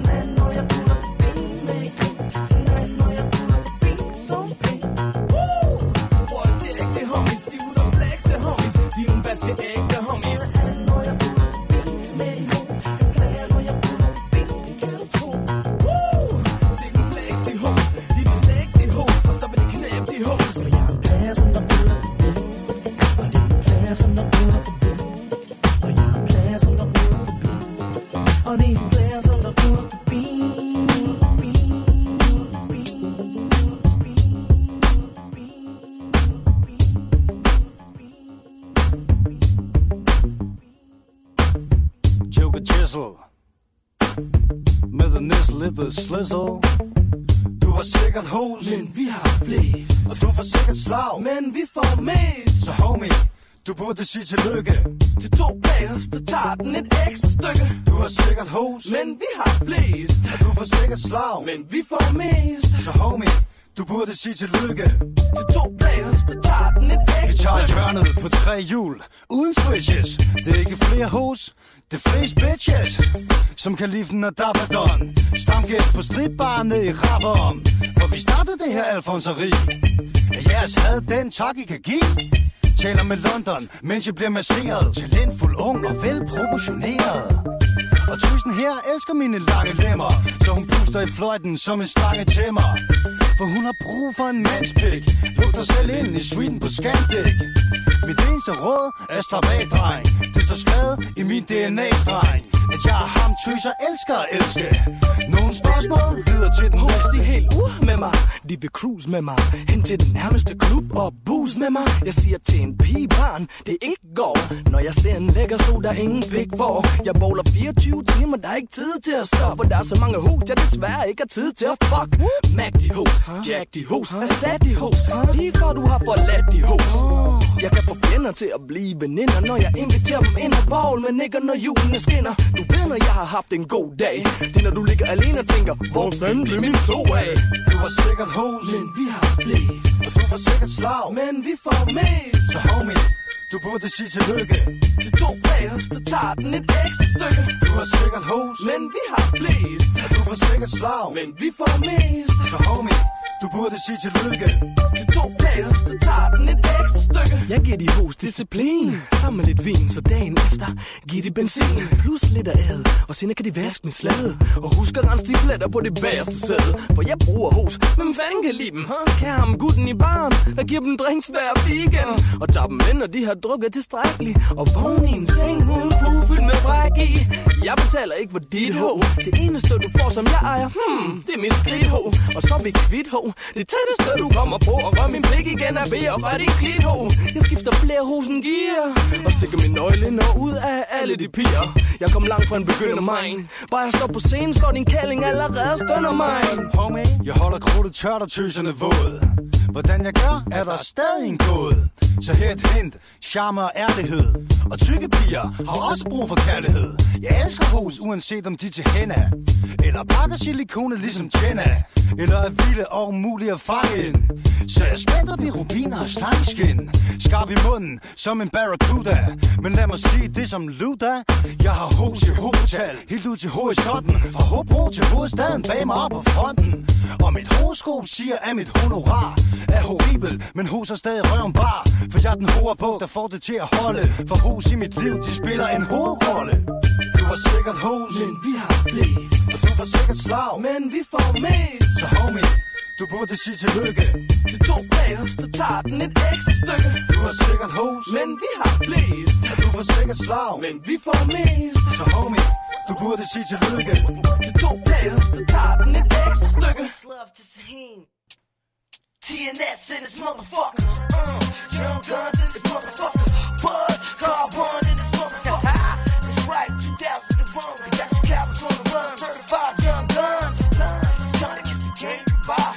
Speaker 11: Slizzle. Du har sikkert hos,
Speaker 2: men vi har flest.
Speaker 11: Og du får sikkert slag,
Speaker 2: men vi får mest.
Speaker 11: Så homie, du burde sige tillykke
Speaker 2: til 2 players, der tager den et ekstra stykke.
Speaker 11: Du har sikkert hos,
Speaker 2: men vi har flest.
Speaker 11: Og du får sikkert slag,
Speaker 2: men vi får mest.
Speaker 11: Så homie, du burde sige tillykke
Speaker 2: til 2 players, der tager den et ekstra stykke.
Speaker 11: Vi tager hjørnet på 3 hjul, uden switches. Det er ikke flere hos, det er flest bitches, som kan lide den og Dabadon. Stamgæst på stripbar ned i Rabom. For vi startede det her alfonseri. Jeres had den tak I kan give. Taler med London, mens jeg bliver masseret. Talentfuld, ung og velproportioneret. Og tusen her elsker mine lange lemmer, så hun puster i fløjten som en slange til mig. For hun har brug for en mandspik. Luk dig selv ind i suiten på Scandic. Mit eneste råd er slap af, dreng. Det står skrevet i min DNA-streng, at jeg er ham, tøser, elsker at elske. Nogle spørgsmål videre til den
Speaker 2: næste. De er helt med mig, de vil cruise med mig. Hen til den nærmeste klub og booze med mig. Jeg siger til en pigebarn, det ikke går. Når jeg ser en lækker sol, der ingen pik for. Jeg bowler 24 timer, der er ikke tid til at stoppe. Der er så mange hus, jeg desværre ikke har tid til at fuck. Mac de hos, Jack de hos, erstat de hos. Lige før du har forladt de hos. Jeg kan få fjender til at blive veninder, når jeg inviterer dem ind og bowl med nigger, når julene skinner. Du ved, når jeg har haft en god dag. Det er, når du ligger alene og tænker, hvor fanden blev min so af?
Speaker 11: Du har sikkert hos,
Speaker 2: men vi har flest.
Speaker 11: Og du får sikkert slag,
Speaker 2: men vi får mest.
Speaker 11: Så homie, du burde sige tillykke
Speaker 2: til 2 players, der tager den et ekstra stykke.
Speaker 11: Du har sikkert hos,
Speaker 2: men vi har flest.
Speaker 11: Og du får sikkert slag,
Speaker 2: men vi får mest.
Speaker 11: Så homie, du burde sige tillykke
Speaker 2: til 2 players, der tager den et ekstra stykke. Jeg giver de hos disciplin, sammen med lidt vin, så dagen efter giver de benzin. Plus lidt af ad, og senere kan de vaske min slade. Og husk at rense de fletter på det bagerste sæde. For jeg bruger hos, men fanden kan lide dem. Kan ham gutten i baren, der giver dem drinks hver weekend. Og tager dem ind, når de har drukket tilstrækkeligt. Og vågen i en seng uden kugle fyldt med bræk i. Jeg betaler ikke for dit ho. Det eneste du får, som jeg ejer, det er mit skridtho. Og så er vi kvidt ho. Det tætteste du kommer på, og rør min pik igen er ved at røre dit klitho. Jeg skifter flere hosen gear, og stikker min nøgle ind og ud af alle de piger. Jeg kom langt fra en begynder mig. Bare jeg står på scenen, står din kælling allerede stønner mig.
Speaker 11: Homie, jeg holder krudtet tørt og tøserne våd. Hvordan jeg gør, er der stadig en gåde. Så her et hint, charme og ærlighed. Og tykke piger har også brug for kærlighed. Jeg elsker hos, uanset om de til henna eller pakker silikone ligesom Jenna, eller er vilde og umulige at fange ind. Så jeg spænder vi rubiner og slangeskin, skarp i munden som en barracuda. Men lad mig sige det som Luda. Jeg har hos i hovedtal, helt ud til hovedstotten, fra Hobro til hovedstaden, bag mig op på fronten. Og mit horoskop siger, at mit honorar er horribel, men hos er stadig røven bar. For jeg er den hovedbog, der får det til at holde. For hos i mit liv, de spiller en hovedrolle. Du har sikkert hos, men vi har flest. Og du får sikkert slag, men vi får mest. Så homie, du burde sige tillykke.
Speaker 2: De to bagerste tager den et ekstra stykke.
Speaker 11: Du har sikkert hos,
Speaker 2: men vi har flest.
Speaker 11: Og du får sikkert slag,
Speaker 2: men vi får mest.
Speaker 11: Så homie, du burde sige tillykke.
Speaker 2: De to bagerste tager den et ekstra stykke.
Speaker 12: Love to Sahin. TNS in this motherfucker. Young Guns in this motherfucker. Bud, Carbon in this motherfucker. That's right, 2001. We got your cowards on the run. Certified Young Guns. It's time to kiss the game goodbye.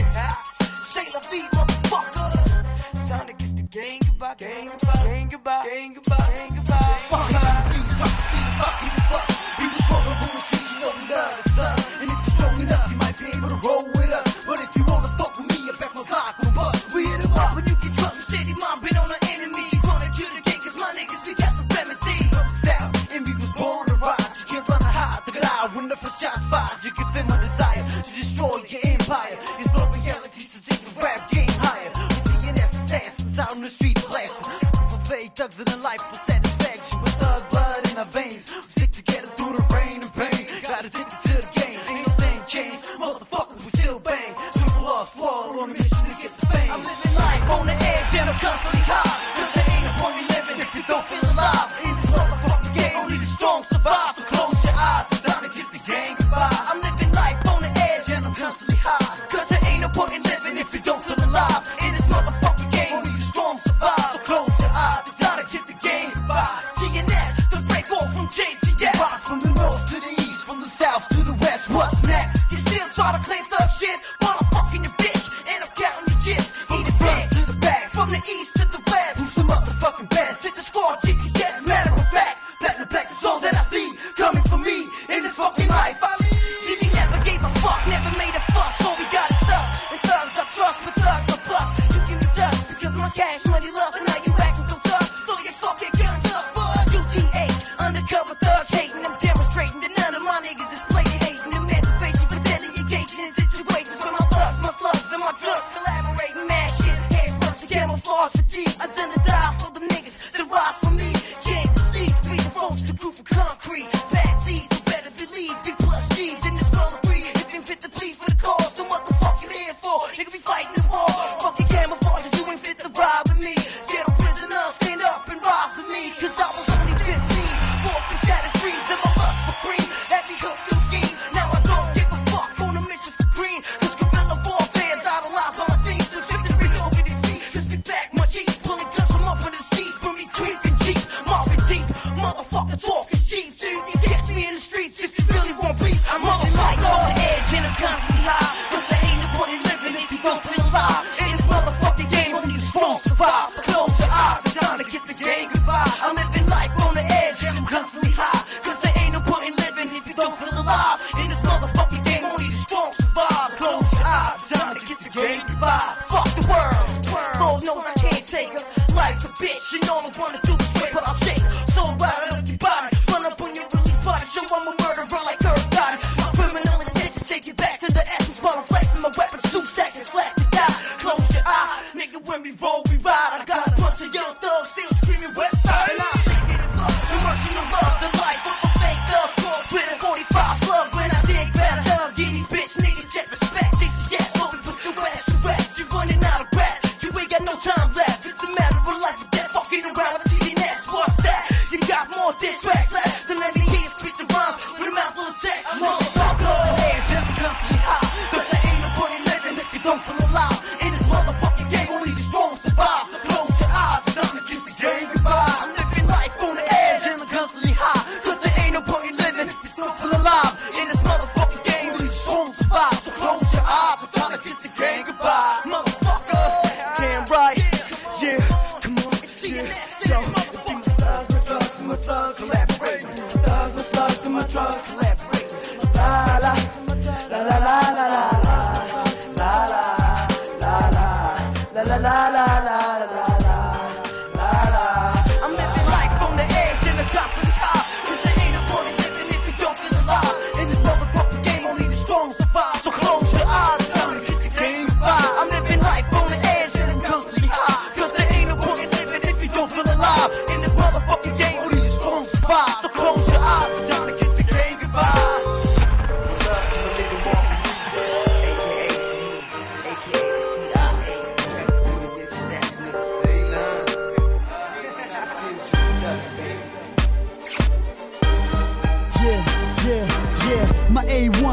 Speaker 12: Say la vie, motherfucker. It's time to kiss the game goodbye. Game goodbye. Game goodbye. Game goodbye. Game goodbye. Fuck it. Please fuck the scene. Fuck you. Fuck. People smoking boom and shit. You know we love it. Love. And if you're strong enough, you might be able to roll with us. But if you wanna fuck with me, I back my block with a bus. We hit 'em up and you can trust a steady mobbing on the enemy. Running to the king 'cause my niggas, we got the remedy. From the south, and we was born to rise. You can't run a high, look at I when the first shots fired. You can feel my desire to destroy your empire. Explore realities to take the rap game higher. We TNS assassins out on the streets blasting. For fake thugs in the life for satisfaction. With thug blood in our veins, we stick together through the rain and pain. Got addicted to the game, ain't no thing changed. Motherfuckers, we still bang. Super lost world on a mission to get the fame. I'm living life on the edge and I'm constantly high. 'Cause there ain't no point in living if you don't feel alive. In this motherfucking game, only the strong survive. So close your eyes, it's time to kiss the game goodbye. I'm living life on the edge and I'm constantly high. 'Cause there ain't no point in living if you don't feel alive. In this motherfucking game, only the strong survive. So close your eyes, it's time to kiss the game goodbye. TNS, the break off from JTS. Rock from the north to the east, from the south to the west. What's next? You still try to claim thug shit while I'm fucking your bitch and I'm counting your chips. Eat it back to the back, from the east to the west. Who's the motherfucking best? Hit the squad, JTS. Matter of fact, black to black, that's all that I see coming for me in this fucking life. I live. He never gave a fuck, never made a fuss. All we got is stuff, and thugs I trust, but thugs I bust. You can be just because my cash money lust, and now you acting so tough. Throw your fucking guns up, bud. UTH, undercover thug hating. I'm demonstrating that none of my niggas is playing hating. Emancipation for delegation in situations where my thugs, my slugs, and my drugs collaborating. Mad shit, head first, the camouflage fatigue. I done to die for them niggas that ride for me. Can't you see? We the folks, the crew for concrete. Bad seeds, you better believe. Big plus G's in this world of greed. If you fit the plead for the cause, then what the fuck you here for? Nigga be fighting the war. Fucking camouflage if you ain't fit to ride with me. Ghetto prisoners, stand up and rise with me. 'Cause I was only 15. Born from shattered dreams and my lust for cream. Had me hooked and scheme. Now I don't give a fuck on a mission for green. 'Cause guerrilla warfare's out of life on my team. So 53 over these feet. Just be back my cheeks. Pulling guns from up in the seat. From me creeping cheap. Marvin deep. Motherfucker talking cheap. So you can catch me in the streets if you really want beef. I'm living like on the edge and I'm constantly high. 'Cause there ain't no point in living if you don't feel alive. In this motherfucking game, only the strong survive. Close your eyes, it's time to kiss the game goodbye. I'm living life on the edge and I'm constantly high. 'Cause there ain't no point in living if you don't feel alive. In this motherfucking game, only the strong survive. Close your eyes, it's time to kiss the game goodbye. Fuck the world. Lord knows I can't take her. Life's a bitch and all I wanna do is rape her. I'll shake her. So right out of your body. Run up on your release body. Show I'm a murderer like her body. My criminal intentions take you back to the essence. While I'm flexing my weapons, 2 seconds flat to die. Close your eye, nigga. When we roll, we ride. I got a bunch of young thugs still screaming West Side, and I'm thinking it blood. No mercy, no love. The life of a fake thug. With a 45 slug when I dig better. Thug, get these bitch niggas jet respect. JTS, so we put your ass to rest. You running out of breath. You ain't got no time left. It's a matter of life or death. Fucking around with TNS. What's that? You got more diss tracks left than let me hear spit the rhyme with a mouthful of text. I'm on the top of the edge and I'm constantly high. 'Cause there ain't no point in living if you don't feel alive. In this motherfucking game, only the strong survive. So close your eyes, it's time to kiss the game.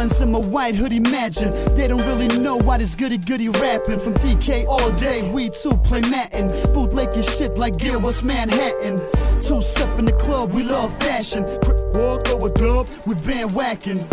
Speaker 18: ones in my white hoodie matching. They don't really know why this goody rapping. From DK all day, we too play Latin. Bootleg your shit like Gear was Manhattan. Two-step in the club, we love fashion. Crip walk, throw a dub, we bandwhacking.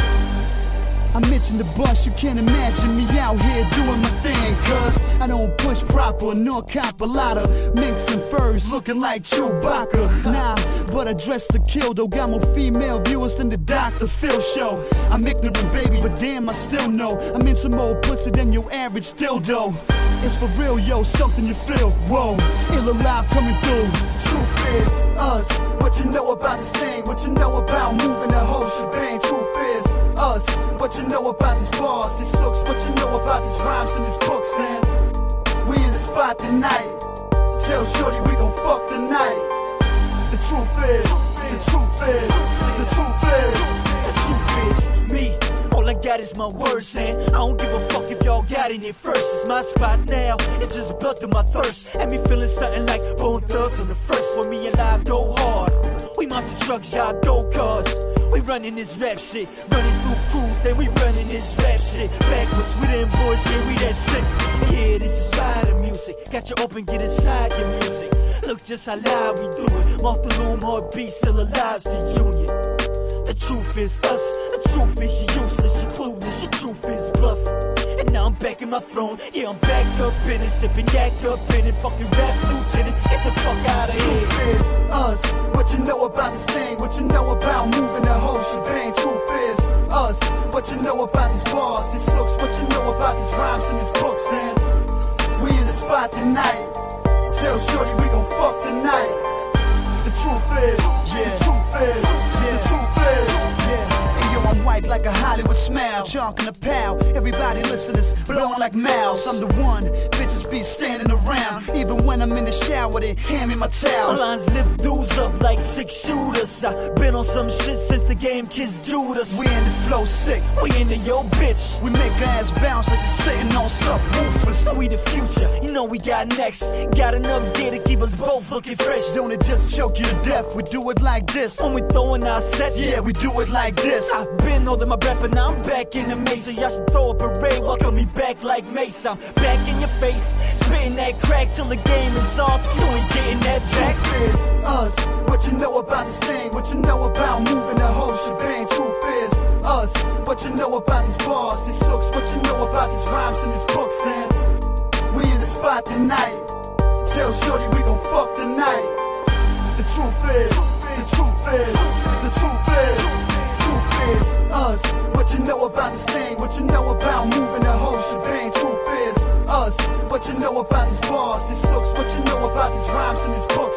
Speaker 18: I mentioned the bus, you can't imagine me out here doing my thing. Cause I don't push proper, nor cop a lot of minks and furs looking like Chewbacca. Nah, but I dress to kill though. Got more female viewers than the Dr. Phil show. I'm ignorant, baby, but damn, I still know I'm into more pussy than your average dildo. It's for real, yo, something you feel. Whoa, ill alive coming through. Truth is us. What you know about this thing? What you know about moving the whole shebang? Truth is us. What you know about these bars, these hooks? What you know about these rhymes and these books? And we in the spot tonight. Tell shorty we gon' fuck tonight. The truth is, the truth is, the truth is,
Speaker 14: the truth is me. All I got is my words, and I don't give a fuck if y'all got it first. It's my spot now, it's just blood through my thirst. And me feeling something like Bone Thugs on the first. For me alive, go hard. We monster trucks, y'all go cars. We running this rap shit, running through crews, then we running this rap shit. Backwards, we them boys, yeah, we that sick. Yeah, this is spider music. Got you open, get inside your music. Look just how loud we do it. Multi-loom heartbeat still alive, the union. The truth is us, the truth is you useless, you clueless, your truth is bluff. And now I'm back in my throne, yeah, I'm back up in it, sipping yak up in it, fucking rap lieutenant, get the fuck out of here.
Speaker 18: Truth is us. What you know about this thing? What you know about moving the whole shebang? Truth is us. What you know about these bars, these hooks? What you know about these rhymes and these books? And we in the spot tonight. Tell shorty we gon' fuck tonight. The truth is, yeah. The truth is, yeah. The truth is, yeah. And yo, I'm white like a Hollywood smile, junk in a pal. Everybody listeners blowing like mouths. I'm the one bitches be standing around. Even when I'm in the shower, they hand me my towel.
Speaker 14: My lines lift dudes up like 6 shooters. I been on some shit since the game kissed Judas.
Speaker 18: We in the flow sick,
Speaker 14: we into your bitch.
Speaker 18: We make our ass bounce like you're sitting on subwoofers.
Speaker 14: We the future, you know we got next. Got enough gear to keep us both looking fresh.
Speaker 18: Don't it just choke you to death? We do it like this.
Speaker 14: When we throwing our sets,
Speaker 18: yeah, we do it like this.
Speaker 14: I've been holding my breath and now I'm back in the mesa. Y'all should throw a parade, welcome me back like Mace. I'm back in your face, spitting that crack till the game is off. You ain't getting that jack.
Speaker 18: Truth is us. What you know about this thing? What you know about moving the whole shebang? Truth is us. What you know about these bars, these hooks? What you know about these rhymes and these books? And we in the spot tonight. Tell shorty we gon' fuck tonight. The truth is, the truth is, the truth is, truth is us. What you know about this thing? What you know about moving the whole shebang? Truth is us. What you know about these bars, these hooks? What you know about these rhymes and these books?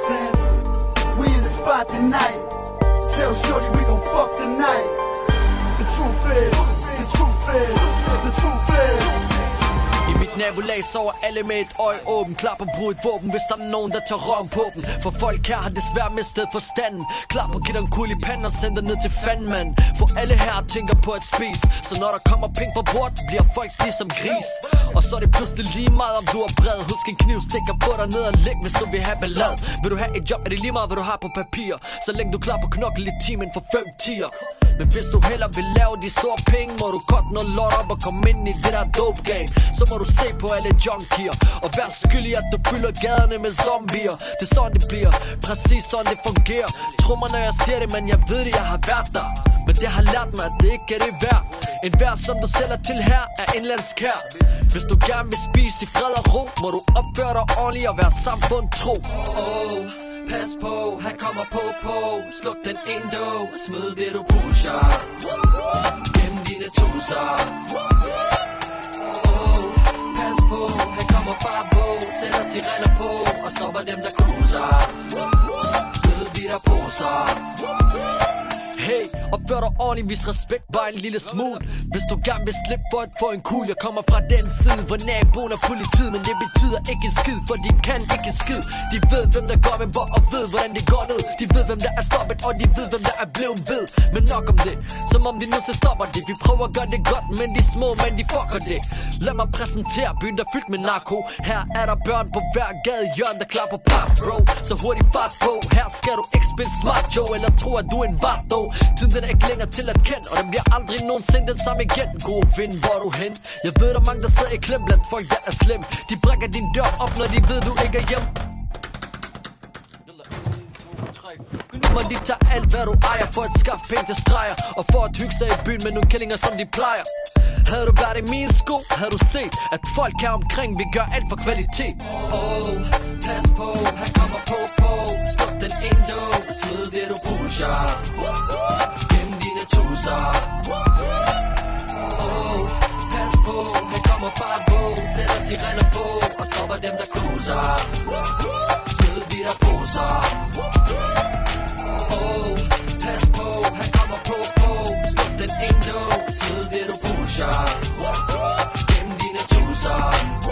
Speaker 18: And we in the spot tonight. Tell shorty we gon' fuck tonight. The truth is, the truth is, the truth is.
Speaker 19: I mit nabolag sover alle med et øje åben. Klar på at bruge et våben, hvis der er nogen der tager røven på dem. For folk her har desværre mistet forstanden. Klar på at give dig en kul i panden og sende dig ned til fanden, mand. For alle her tænker på at spise. Så når der kommer penge på bord, bliver folk ligesom gris. Og så er det pludselig lige meget om du er bred. Husk en kniv stikker på dig ned og læg, hvis du vil have ballade. Vil du have et job, er det lige meget hvad du har på papir. Så længe du er klar på at knokle i timen for 5 tier. Men hvis du heller vil lave de store penge, må du godt noget lort op og komme ind i det der dope game. Så må du se på alle junkier og vær skyldig at du fylder gaderne med zombier. Det er sådan det bliver, præcis sådan det fungerer. Tro mig når jeg siger det, men jeg ved det, jeg har været der. Men det har lært mig, at det ikke er det værd. En værd som du sælger til her, er indlandsk her. Hvis du gerne vil spise i fred og ro, må du opføre dig ordentligt og være samfund tro.
Speaker 20: Pas på, han kommer på. Sluk den ene dog, smid det du pusher. Gem dine tusser. Pas på, han kommer far på. Sætter sirener på, og stopper dem der cruiser. Smid de der poser.
Speaker 19: Hey, opfør dig ordentligt, vis respekt bare en lille smule. Hvis du gerne vil slippe for at få en kugle. Jeg kommer fra den side, hvor naboen er politiet. Men det betyder ikke en skid, for de kan ikke en skid. De ved hvem der går med hvor og ved hvordan det går ned. De ved hvem der er stoppet, og de ved hvem der er blevet ved. Men nok om det, som om de nu så stopper det. Vi prøver at gøre det godt, men de små men de fucker det. Lad mig præsentere byen der er fyldt med narko. Her er der børn på hver gade hjørne der klar på pap, bro. Så hurtigt fart på, her skal du ikke spille smart Joe. Eller tro at du er en vart dog. Tiden den er ikke længere til at kende, og den bliver aldrig nogensinde den samme igen. Gode ven, hvor du hen? Jeg ved, der er mange, der sidder i klem blandt folk, der er slem. De brækker din dør op, når de ved, du ikke er hjem. Men de tager alt, hvad du ejer, for at skaffe penge til streger, og for at hygge sig i byen med nogle kællinger, som de plejer. Havde du været i mine sko, havde du set, at folk her omkring, vi gør alt for kvalitet.
Speaker 20: Pas på, han kommer på. Sluk den endo, og smid det du pusher. Gem dine tusser. Pas på, han kommer fra på. Sætter sirener på, og stopper dem der cruiser. Smid de der poser. Pas på, han kommer på. Sluk den endo, smid det du pusher. Gem dine tusser.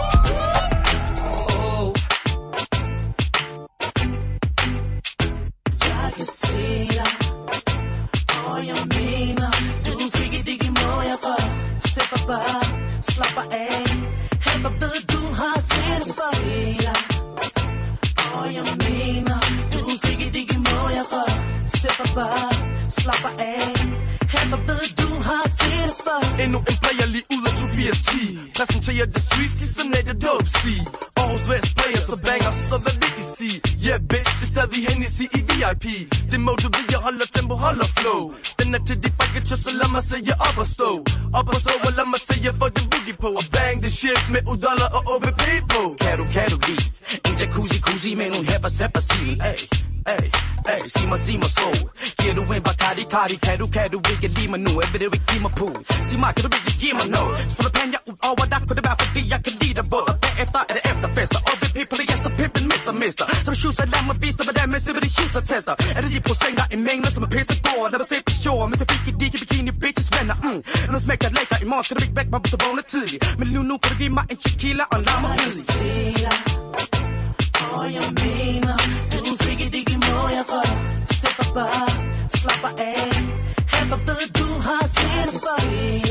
Speaker 12: Jeg kan se dig, og jeg mener, du er frikkedigge møger. Sætter bare, slapper af. Han hvor ved du har set det for. Jeg kan se dig, og jeg mener, du er frikkedigge møger. Sætter bare, slapper af. Han hvor ved du har set det for.
Speaker 1: Endnu en player lige ud af 280-10. Præsenterer the streets, ligesom Nate Dope C. Aarhus Vest player, så banger, så hvad vil I sige? Yeah bitch, det er stadig Hennessy i VIP. Det må du vide, jeg holder tempo, holder flow. Den er til de fucking tøs, så lad mig se jer op og stå. Op og stå, og lad mig se jer få det boogie på. Og bang det shit med $1 og OBP på.
Speaker 21: Kan du lide en jacuzzi med nogle hæpper-sæpper-stil? Ay, sig mig så. Giver du en Bacardi, kan du ikke lide mig nu? Jeg vil du ikke give mig på. Sig mig, kan du ikke give mig noget? Spiller panja ud over dig, kunne det være fordi jeg kan lide dig både. Og bagefter er det efterfester. OBP på det jæster, pimpen mister. Som shoes, lad mig vise dig, hvordan man ser, hvad de shoes og tester. Er det de procenter i mængder, som er pisse på? Lad mig se på sjov, men til bikini bitches venner. Når smækker lægter i morgen, skal du ikke væk mig, hvis du vågner tidligt. Men nu kan du give mig en tequila og en lammerbil.
Speaker 12: Og jeg mener, du er frikkedigge møger. Sætter bare, slapper af. Han hvor ved du har set det for.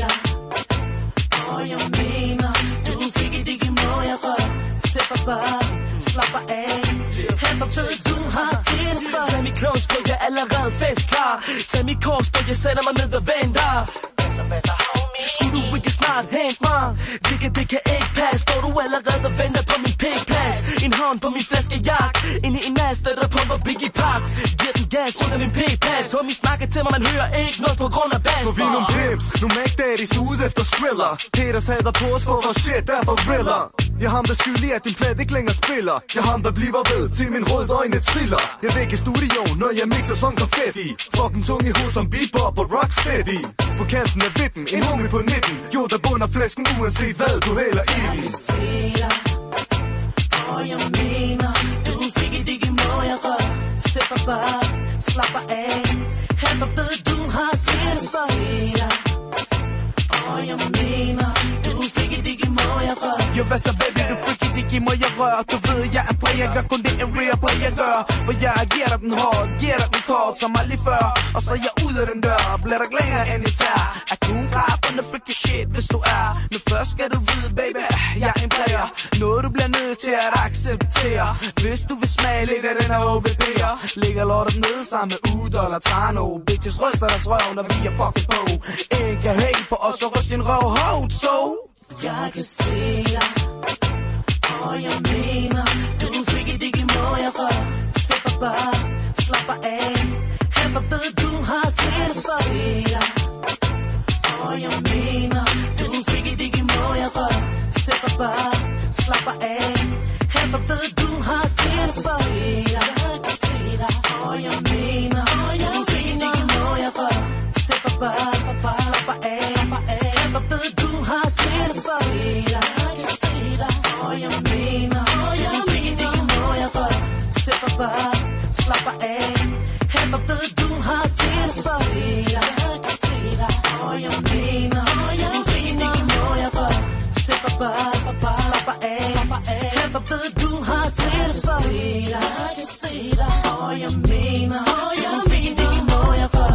Speaker 12: Og jeg mener, du er frikkedigge møger. Sætter bare, slapper af. Han hvor ved du har set det for.
Speaker 14: Tag mit close på, jeg er allerede fest klar. Tag mit kors på, jeg sætter mig ned og venter. Skulle du ikke snart hente mig? Det kan ikke passe. Står du allerede og venter på min pikplads? En hånd på min flaske jak. Inde i en master, der pumper Biggie Park. Giver den gas under min p-plads. Homie snakker til mig, man hører ikke noget på grund af bass.
Speaker 9: For vi er nogle pimps, nogle Mac Daddies ude efter Skriller. Peters hader på os for vores shit, derfor vriller. Jeg ham der skyldig, at din plade ikke længere spiller. Jeg ham der bliver ved, til min røde øjne triller. Jeg væk i studio, når jeg mixer som konfetti. Fucking tung i hoved som beatbop og rocksteady. På kanten af vippen, en homie på 19. Jo, der bunder flæsken uanset hvad du hælder i.
Speaker 12: Jeg kan se dig, og jeg mener, du er frikkedigge møger. Sætter bare, slapper af. Han hvor ved du har set det for. Og jeg mener, du er frikkedigge møger.
Speaker 14: Jo, hvad så baby, du frikkedigge møger. Du ved, jeg er player, gør kun det en real player gør. For jeg giver dig den hård, giver dig den kort som aldrig før. Og så er jeg ud af den dør, bliver der længere end et tær. Er kun klar på the freaky shit, hvis du er. Men først skal du vide, baby, jeg er en player. Noget du bliver nødt til at acceptere. Hvis du vil smage lidt af den her OVP'er. Ligger lortet nede sammen med $1 Tano. Bitches ryster deres røv, når vi er fucking på. Ingen kan hate på os og ryste din røv, hold so.
Speaker 12: Jeg kan se dig, og jeg mener, du er frikkedigge møger. Sætter bare, slapper af. Han hvor ved du har set det for. Og jeg mener, du er frikkedigge møger. Sætter bare, slapper af. Han hvor ved du har set det for. Jeg kan se dig, og jeg mener, du er frikkedigge møger. Sætter bare, slapper af. Han hvor ved du har set det for. Og jeg mener, du er frikkedigge møger. Sætter bare, slapper af. Han hvor ved du har set det for. Og jeg mener, du er frikkedigge møger. Sætter bare, slapper af. Han hvor ved du har set det for. Og jeg mener, du er frikkedigge møger.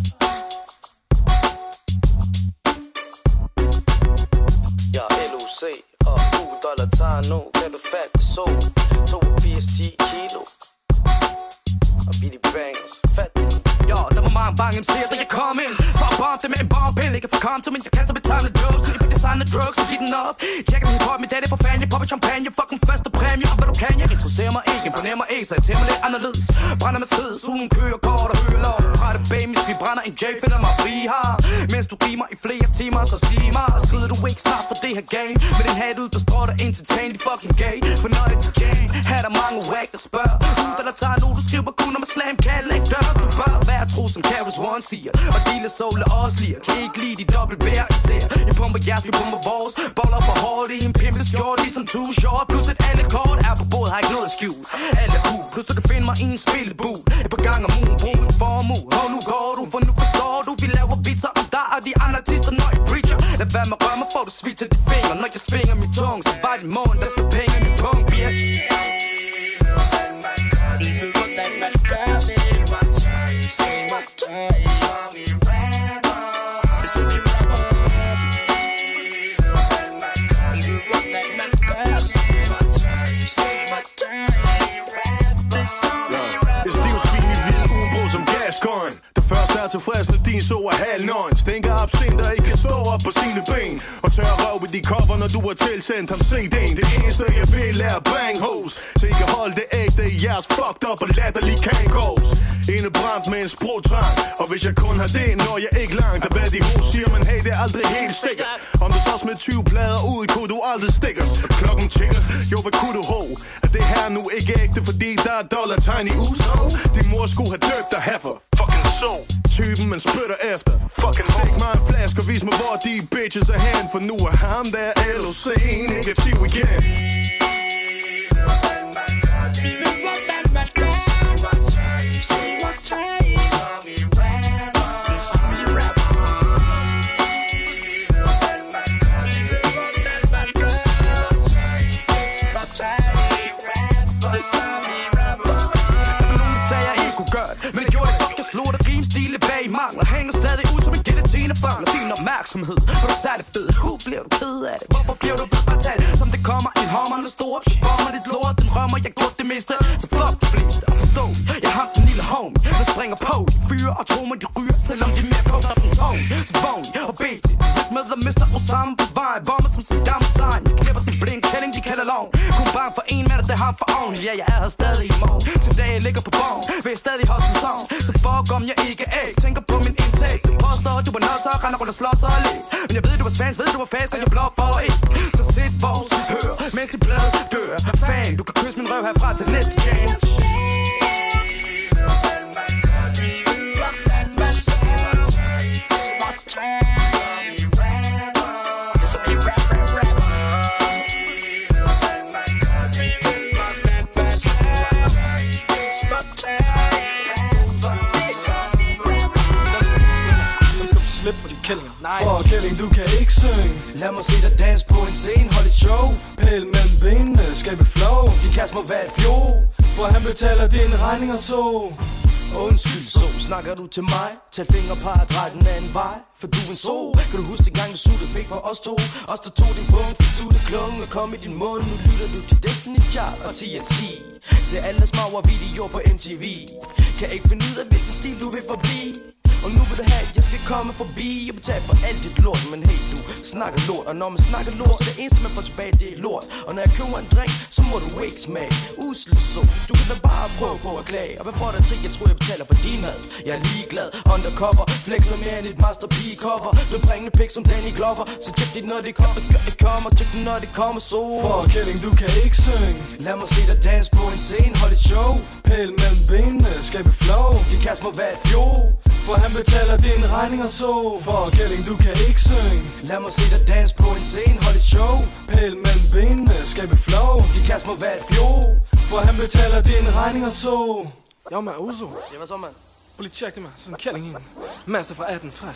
Speaker 21: Jeg er LOC og $1 Tano. Kan du fatte så? 82 10 kilo. Og vi de bangers, fat.
Speaker 14: Ja, der var
Speaker 21: bang bang MC'er, da jeg kom ind. For at bombe det med en bombpind. Ikke for kom til, men jeg kaster betalende jokes. Lige på design af drugs, så giv den op. Tjekker min hip-hop, mit daddy for fan. Jeg popper champagne, fucking første præmie. Og hvad du kan, jeg interesserer mig ikke, imponerer mig ikke. Så jeg tænder mig lidt anderledes. Brænder med tid, solen kører kort og høler op. Fra det baby, vi brænder en J, finder mig fri her. Mens du rimer i flere timer, så sig mig. Skrider du ikke snart for det her game. Med din hat ud, der står der entertain, de fucking gay. For når det til Jane, her er der mange whack, der spørger. Ud der tager nu, du skriver kun om at slam, kan ikke dør. Du bør være tro, som Carries One siger. Og dealer soul og også liger. Kan ikke lide de dobbelt bær, især. Jeg pumper jeres, vi pumper vores. Boller for hårdt i en pimple skjort, ligesom too short. Plus at alle kort er på bordet, har ikke noget at skjule. Alle er cool, plus du kan finde mig i en spillebud. Et par gange om ugen, brug en formue. Og nu går du, for nu forstår du. Vi laver vitser om dig og de andre artister, når jeg preacher. Lad være med rømmer, for du svitser dit finger. Når jeg svinger min tung, så var det morgen, der skal penge min punkt, bitch.
Speaker 9: Først er tilfreds, når din så er halvnøgen. Stænker absint, der ikke kan stå op på sine ben. Og tør røv ved de cover, når du har tilsendt ham CD'en. Det eneste jeg vil er bang hos. Så I kan holde det ægte i jeres fucked up og latterlig kankos. Ene brændt med en sprogtrang. Og hvis jeg kun har det, når jeg ikke langt. Og hvad de hos siger, men hey, det er aldrig helt sikkert. Om du så smed 20 plader ud, kunne du aldrig stikkes. Og klokken tikker, jo hvad kunne du håbe? At det her nu ikke ægte, fordi der er dollartegn i USA. Din mor skulle have døbt dig herfor. Fucking so. Typen man spytter efter. Fucking stik mig en flaske og vis mig hvor de bitches er hen. For nu er ham der LOC'en negativ igen.
Speaker 21: Men gjorde det godt, jeg slog det rimstile bag mangler. Hænger stadig ud som en guillotinefangler. Din opmærksomhed, hvor du særlig fed. Bliver du ked af det? Hvorfor bliver du vedbartalt? Som det kommer en hommerne stort. Du bomber dit lort, den rømmer, jeg gjort det meste. Så fuck de fleste, og forstå. Jeg har den lille homie, der springer på. Fyre og tror mig, de ryger, selvom de mere koger den tog. Så vågn og BT, med og Mr. Osama på vej. Bomber som Saddam Hussein. Jeg klipper den blink, kælling, de kalder lov. Kun bare for en mand, det har for oven. Ja, jeg er her stadig i morgen. Til dag jeg ligger på borg, vil jeg stadig hoste en song. Så fuck om jeg ikke er. Tænker på min indtag. Du påstår, du var nødser, render rundt og slås og læg. Men jeg ved, du var svans, ved du var fast, og jeg blå for et. Så sæt vores hør, mens de blød dør. Fan, du kan kysse min røv herfra til næste jam.
Speaker 2: Slip for de kællinger. For kælling, du kan ikke synge.
Speaker 1: Lad mig se dig danse på en scene, hold et show.
Speaker 2: Pæl mellem benene, skabe flow.
Speaker 1: De kaster mig hvad et fjol.
Speaker 2: For han betaler dine regninger så.
Speaker 1: Undskyld, så snakker du til mig. Tag fingre på at dreje den anden vej. For du er en sol. Kan du huske dengang du suttede pik på os to? Os der tog din punkt, fik suttet klungen og kom i din mund. Nu lytter du til Destiny's Child og TNT. Se alle små videoer på MTV. Kan ikke finde ud af hvilken stil du vil forbi. Og nu vil du have, at jeg skal komme forbi og betale for alt dit lort. Men hey, du snakker lort. Og når man snakker lort, så det eneste man får tilbage, det er lort. Og når jeg køber en drink, så må du ikke smage. Usle så, du kan da bare prøve på at klage. Og hvad får der til? Jeg tror jeg betaler for din mad. Jeg er ligeglad, undercover, flexer mere end et Master P-cover. Du bringer pik som Danny Glover. Så tjek det når det kommer, det kommer. Tjek det når det kommer så.
Speaker 2: For kælling, du kan ikke synge.
Speaker 1: Lad mig se dig danse på en scene, hold et show.
Speaker 2: Pæl mellem benene, skabe flow.
Speaker 1: De kaster mig hvad et fjol.
Speaker 2: For han betaler dine regninger så. For kælling, du kan ikke synge.
Speaker 1: Lad mig se dig danse på en scene, hold et show.
Speaker 2: Pæl mellem benene, skabe flow.
Speaker 1: De kaster mig hvad et fjol.
Speaker 2: For han betaler dine regninger så. Jo man, Uso.
Speaker 1: Ja, hvad så man?
Speaker 2: Prøv lige tjek det man, sådan en kælling en. Master fra 1860.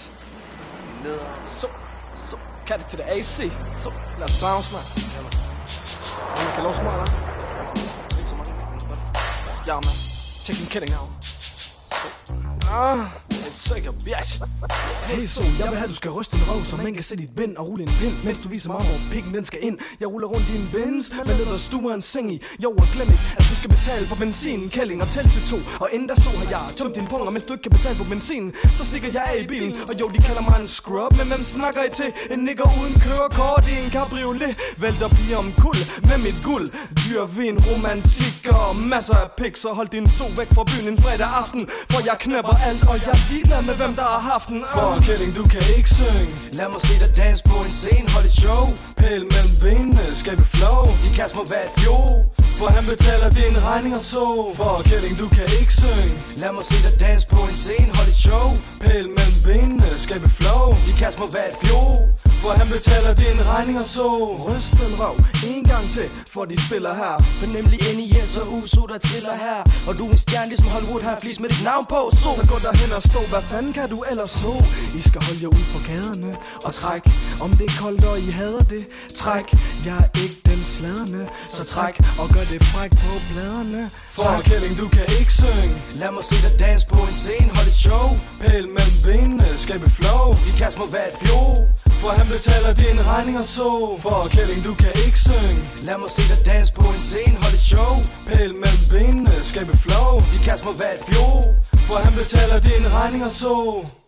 Speaker 2: Så, kan det til det AC. Så, lad os bounce man. Ja man. Man kan lov smart, da. Ikke så meget. Ja man, tjek din kælling her. Så. sikker, bitch. Hey Sol, jeg vil have, du skal ryste en røv, så man kan se dit bind og rulle en pind, mens du viser mig, hvor pikken den skal ind. Jeg ruller rundt i en Benz, med nederst stuer en seng i. Jo, og glem ikke, at du skal betale for benzin, kælling og tæl til 2. Og inden der så har jeg tømt dine punger, mens du ikke kan betale for benzin. Så stikker jeg af i bilen, og jo, de kalder mig en scrub. Men hvem snakker I til? En nigger uden kørekort i en cabriolet. Vælter piger om kul med mit guld. Dyr vin, romantik og masser af pics. Så hold din so væk fra byen en fredag aften, for jeg knæpper alt, og jeg er ligeglad med hvem der har haft den.
Speaker 1: For kælling, du kan ikke synge. Lad mig se dig danse på en scene, hold et show.
Speaker 2: Pæl mellem benene, skabe flow.
Speaker 1: De kast må være et fjol,
Speaker 2: for han betaler dine regninger så.
Speaker 1: For kælling, du kan ikke synge. Lad mig se dig danse på en scene, hold et show.
Speaker 2: Pæl mellem benene, skabe flow.
Speaker 1: De kast må være et fjol,
Speaker 2: for han betaler dine regninger så. Ryst den røv en gang til, for de spiller her.
Speaker 1: For nemlig ind i Jens og Uso, der triller her. Og du er en stjerne, ligesom Hollywood har en flis med dit navn på.
Speaker 2: Så gå derhen og stå, hvad fanden kan du ellers så? I skal holde jer ud på gaderne og træk. Om det er koldt og I hader det, træk. Jeg er ikke den sladerne, så træk og gør det fræk på bladerne.
Speaker 1: For kælling, du kan ikke synge. Lad mig se dig danse på en scene, hold et show.
Speaker 2: Pæl mellem benene, skabe flow.
Speaker 1: De kast må være et fjol,
Speaker 2: for han betaler dine regninger så.
Speaker 1: For kælling, du kan ikke synge. Lad mig se dig danse på en scene, hold et show.
Speaker 2: Pæl mellem benene, skabe flow.
Speaker 1: De kast må være et fjol,
Speaker 2: for han betaler dine regninger så.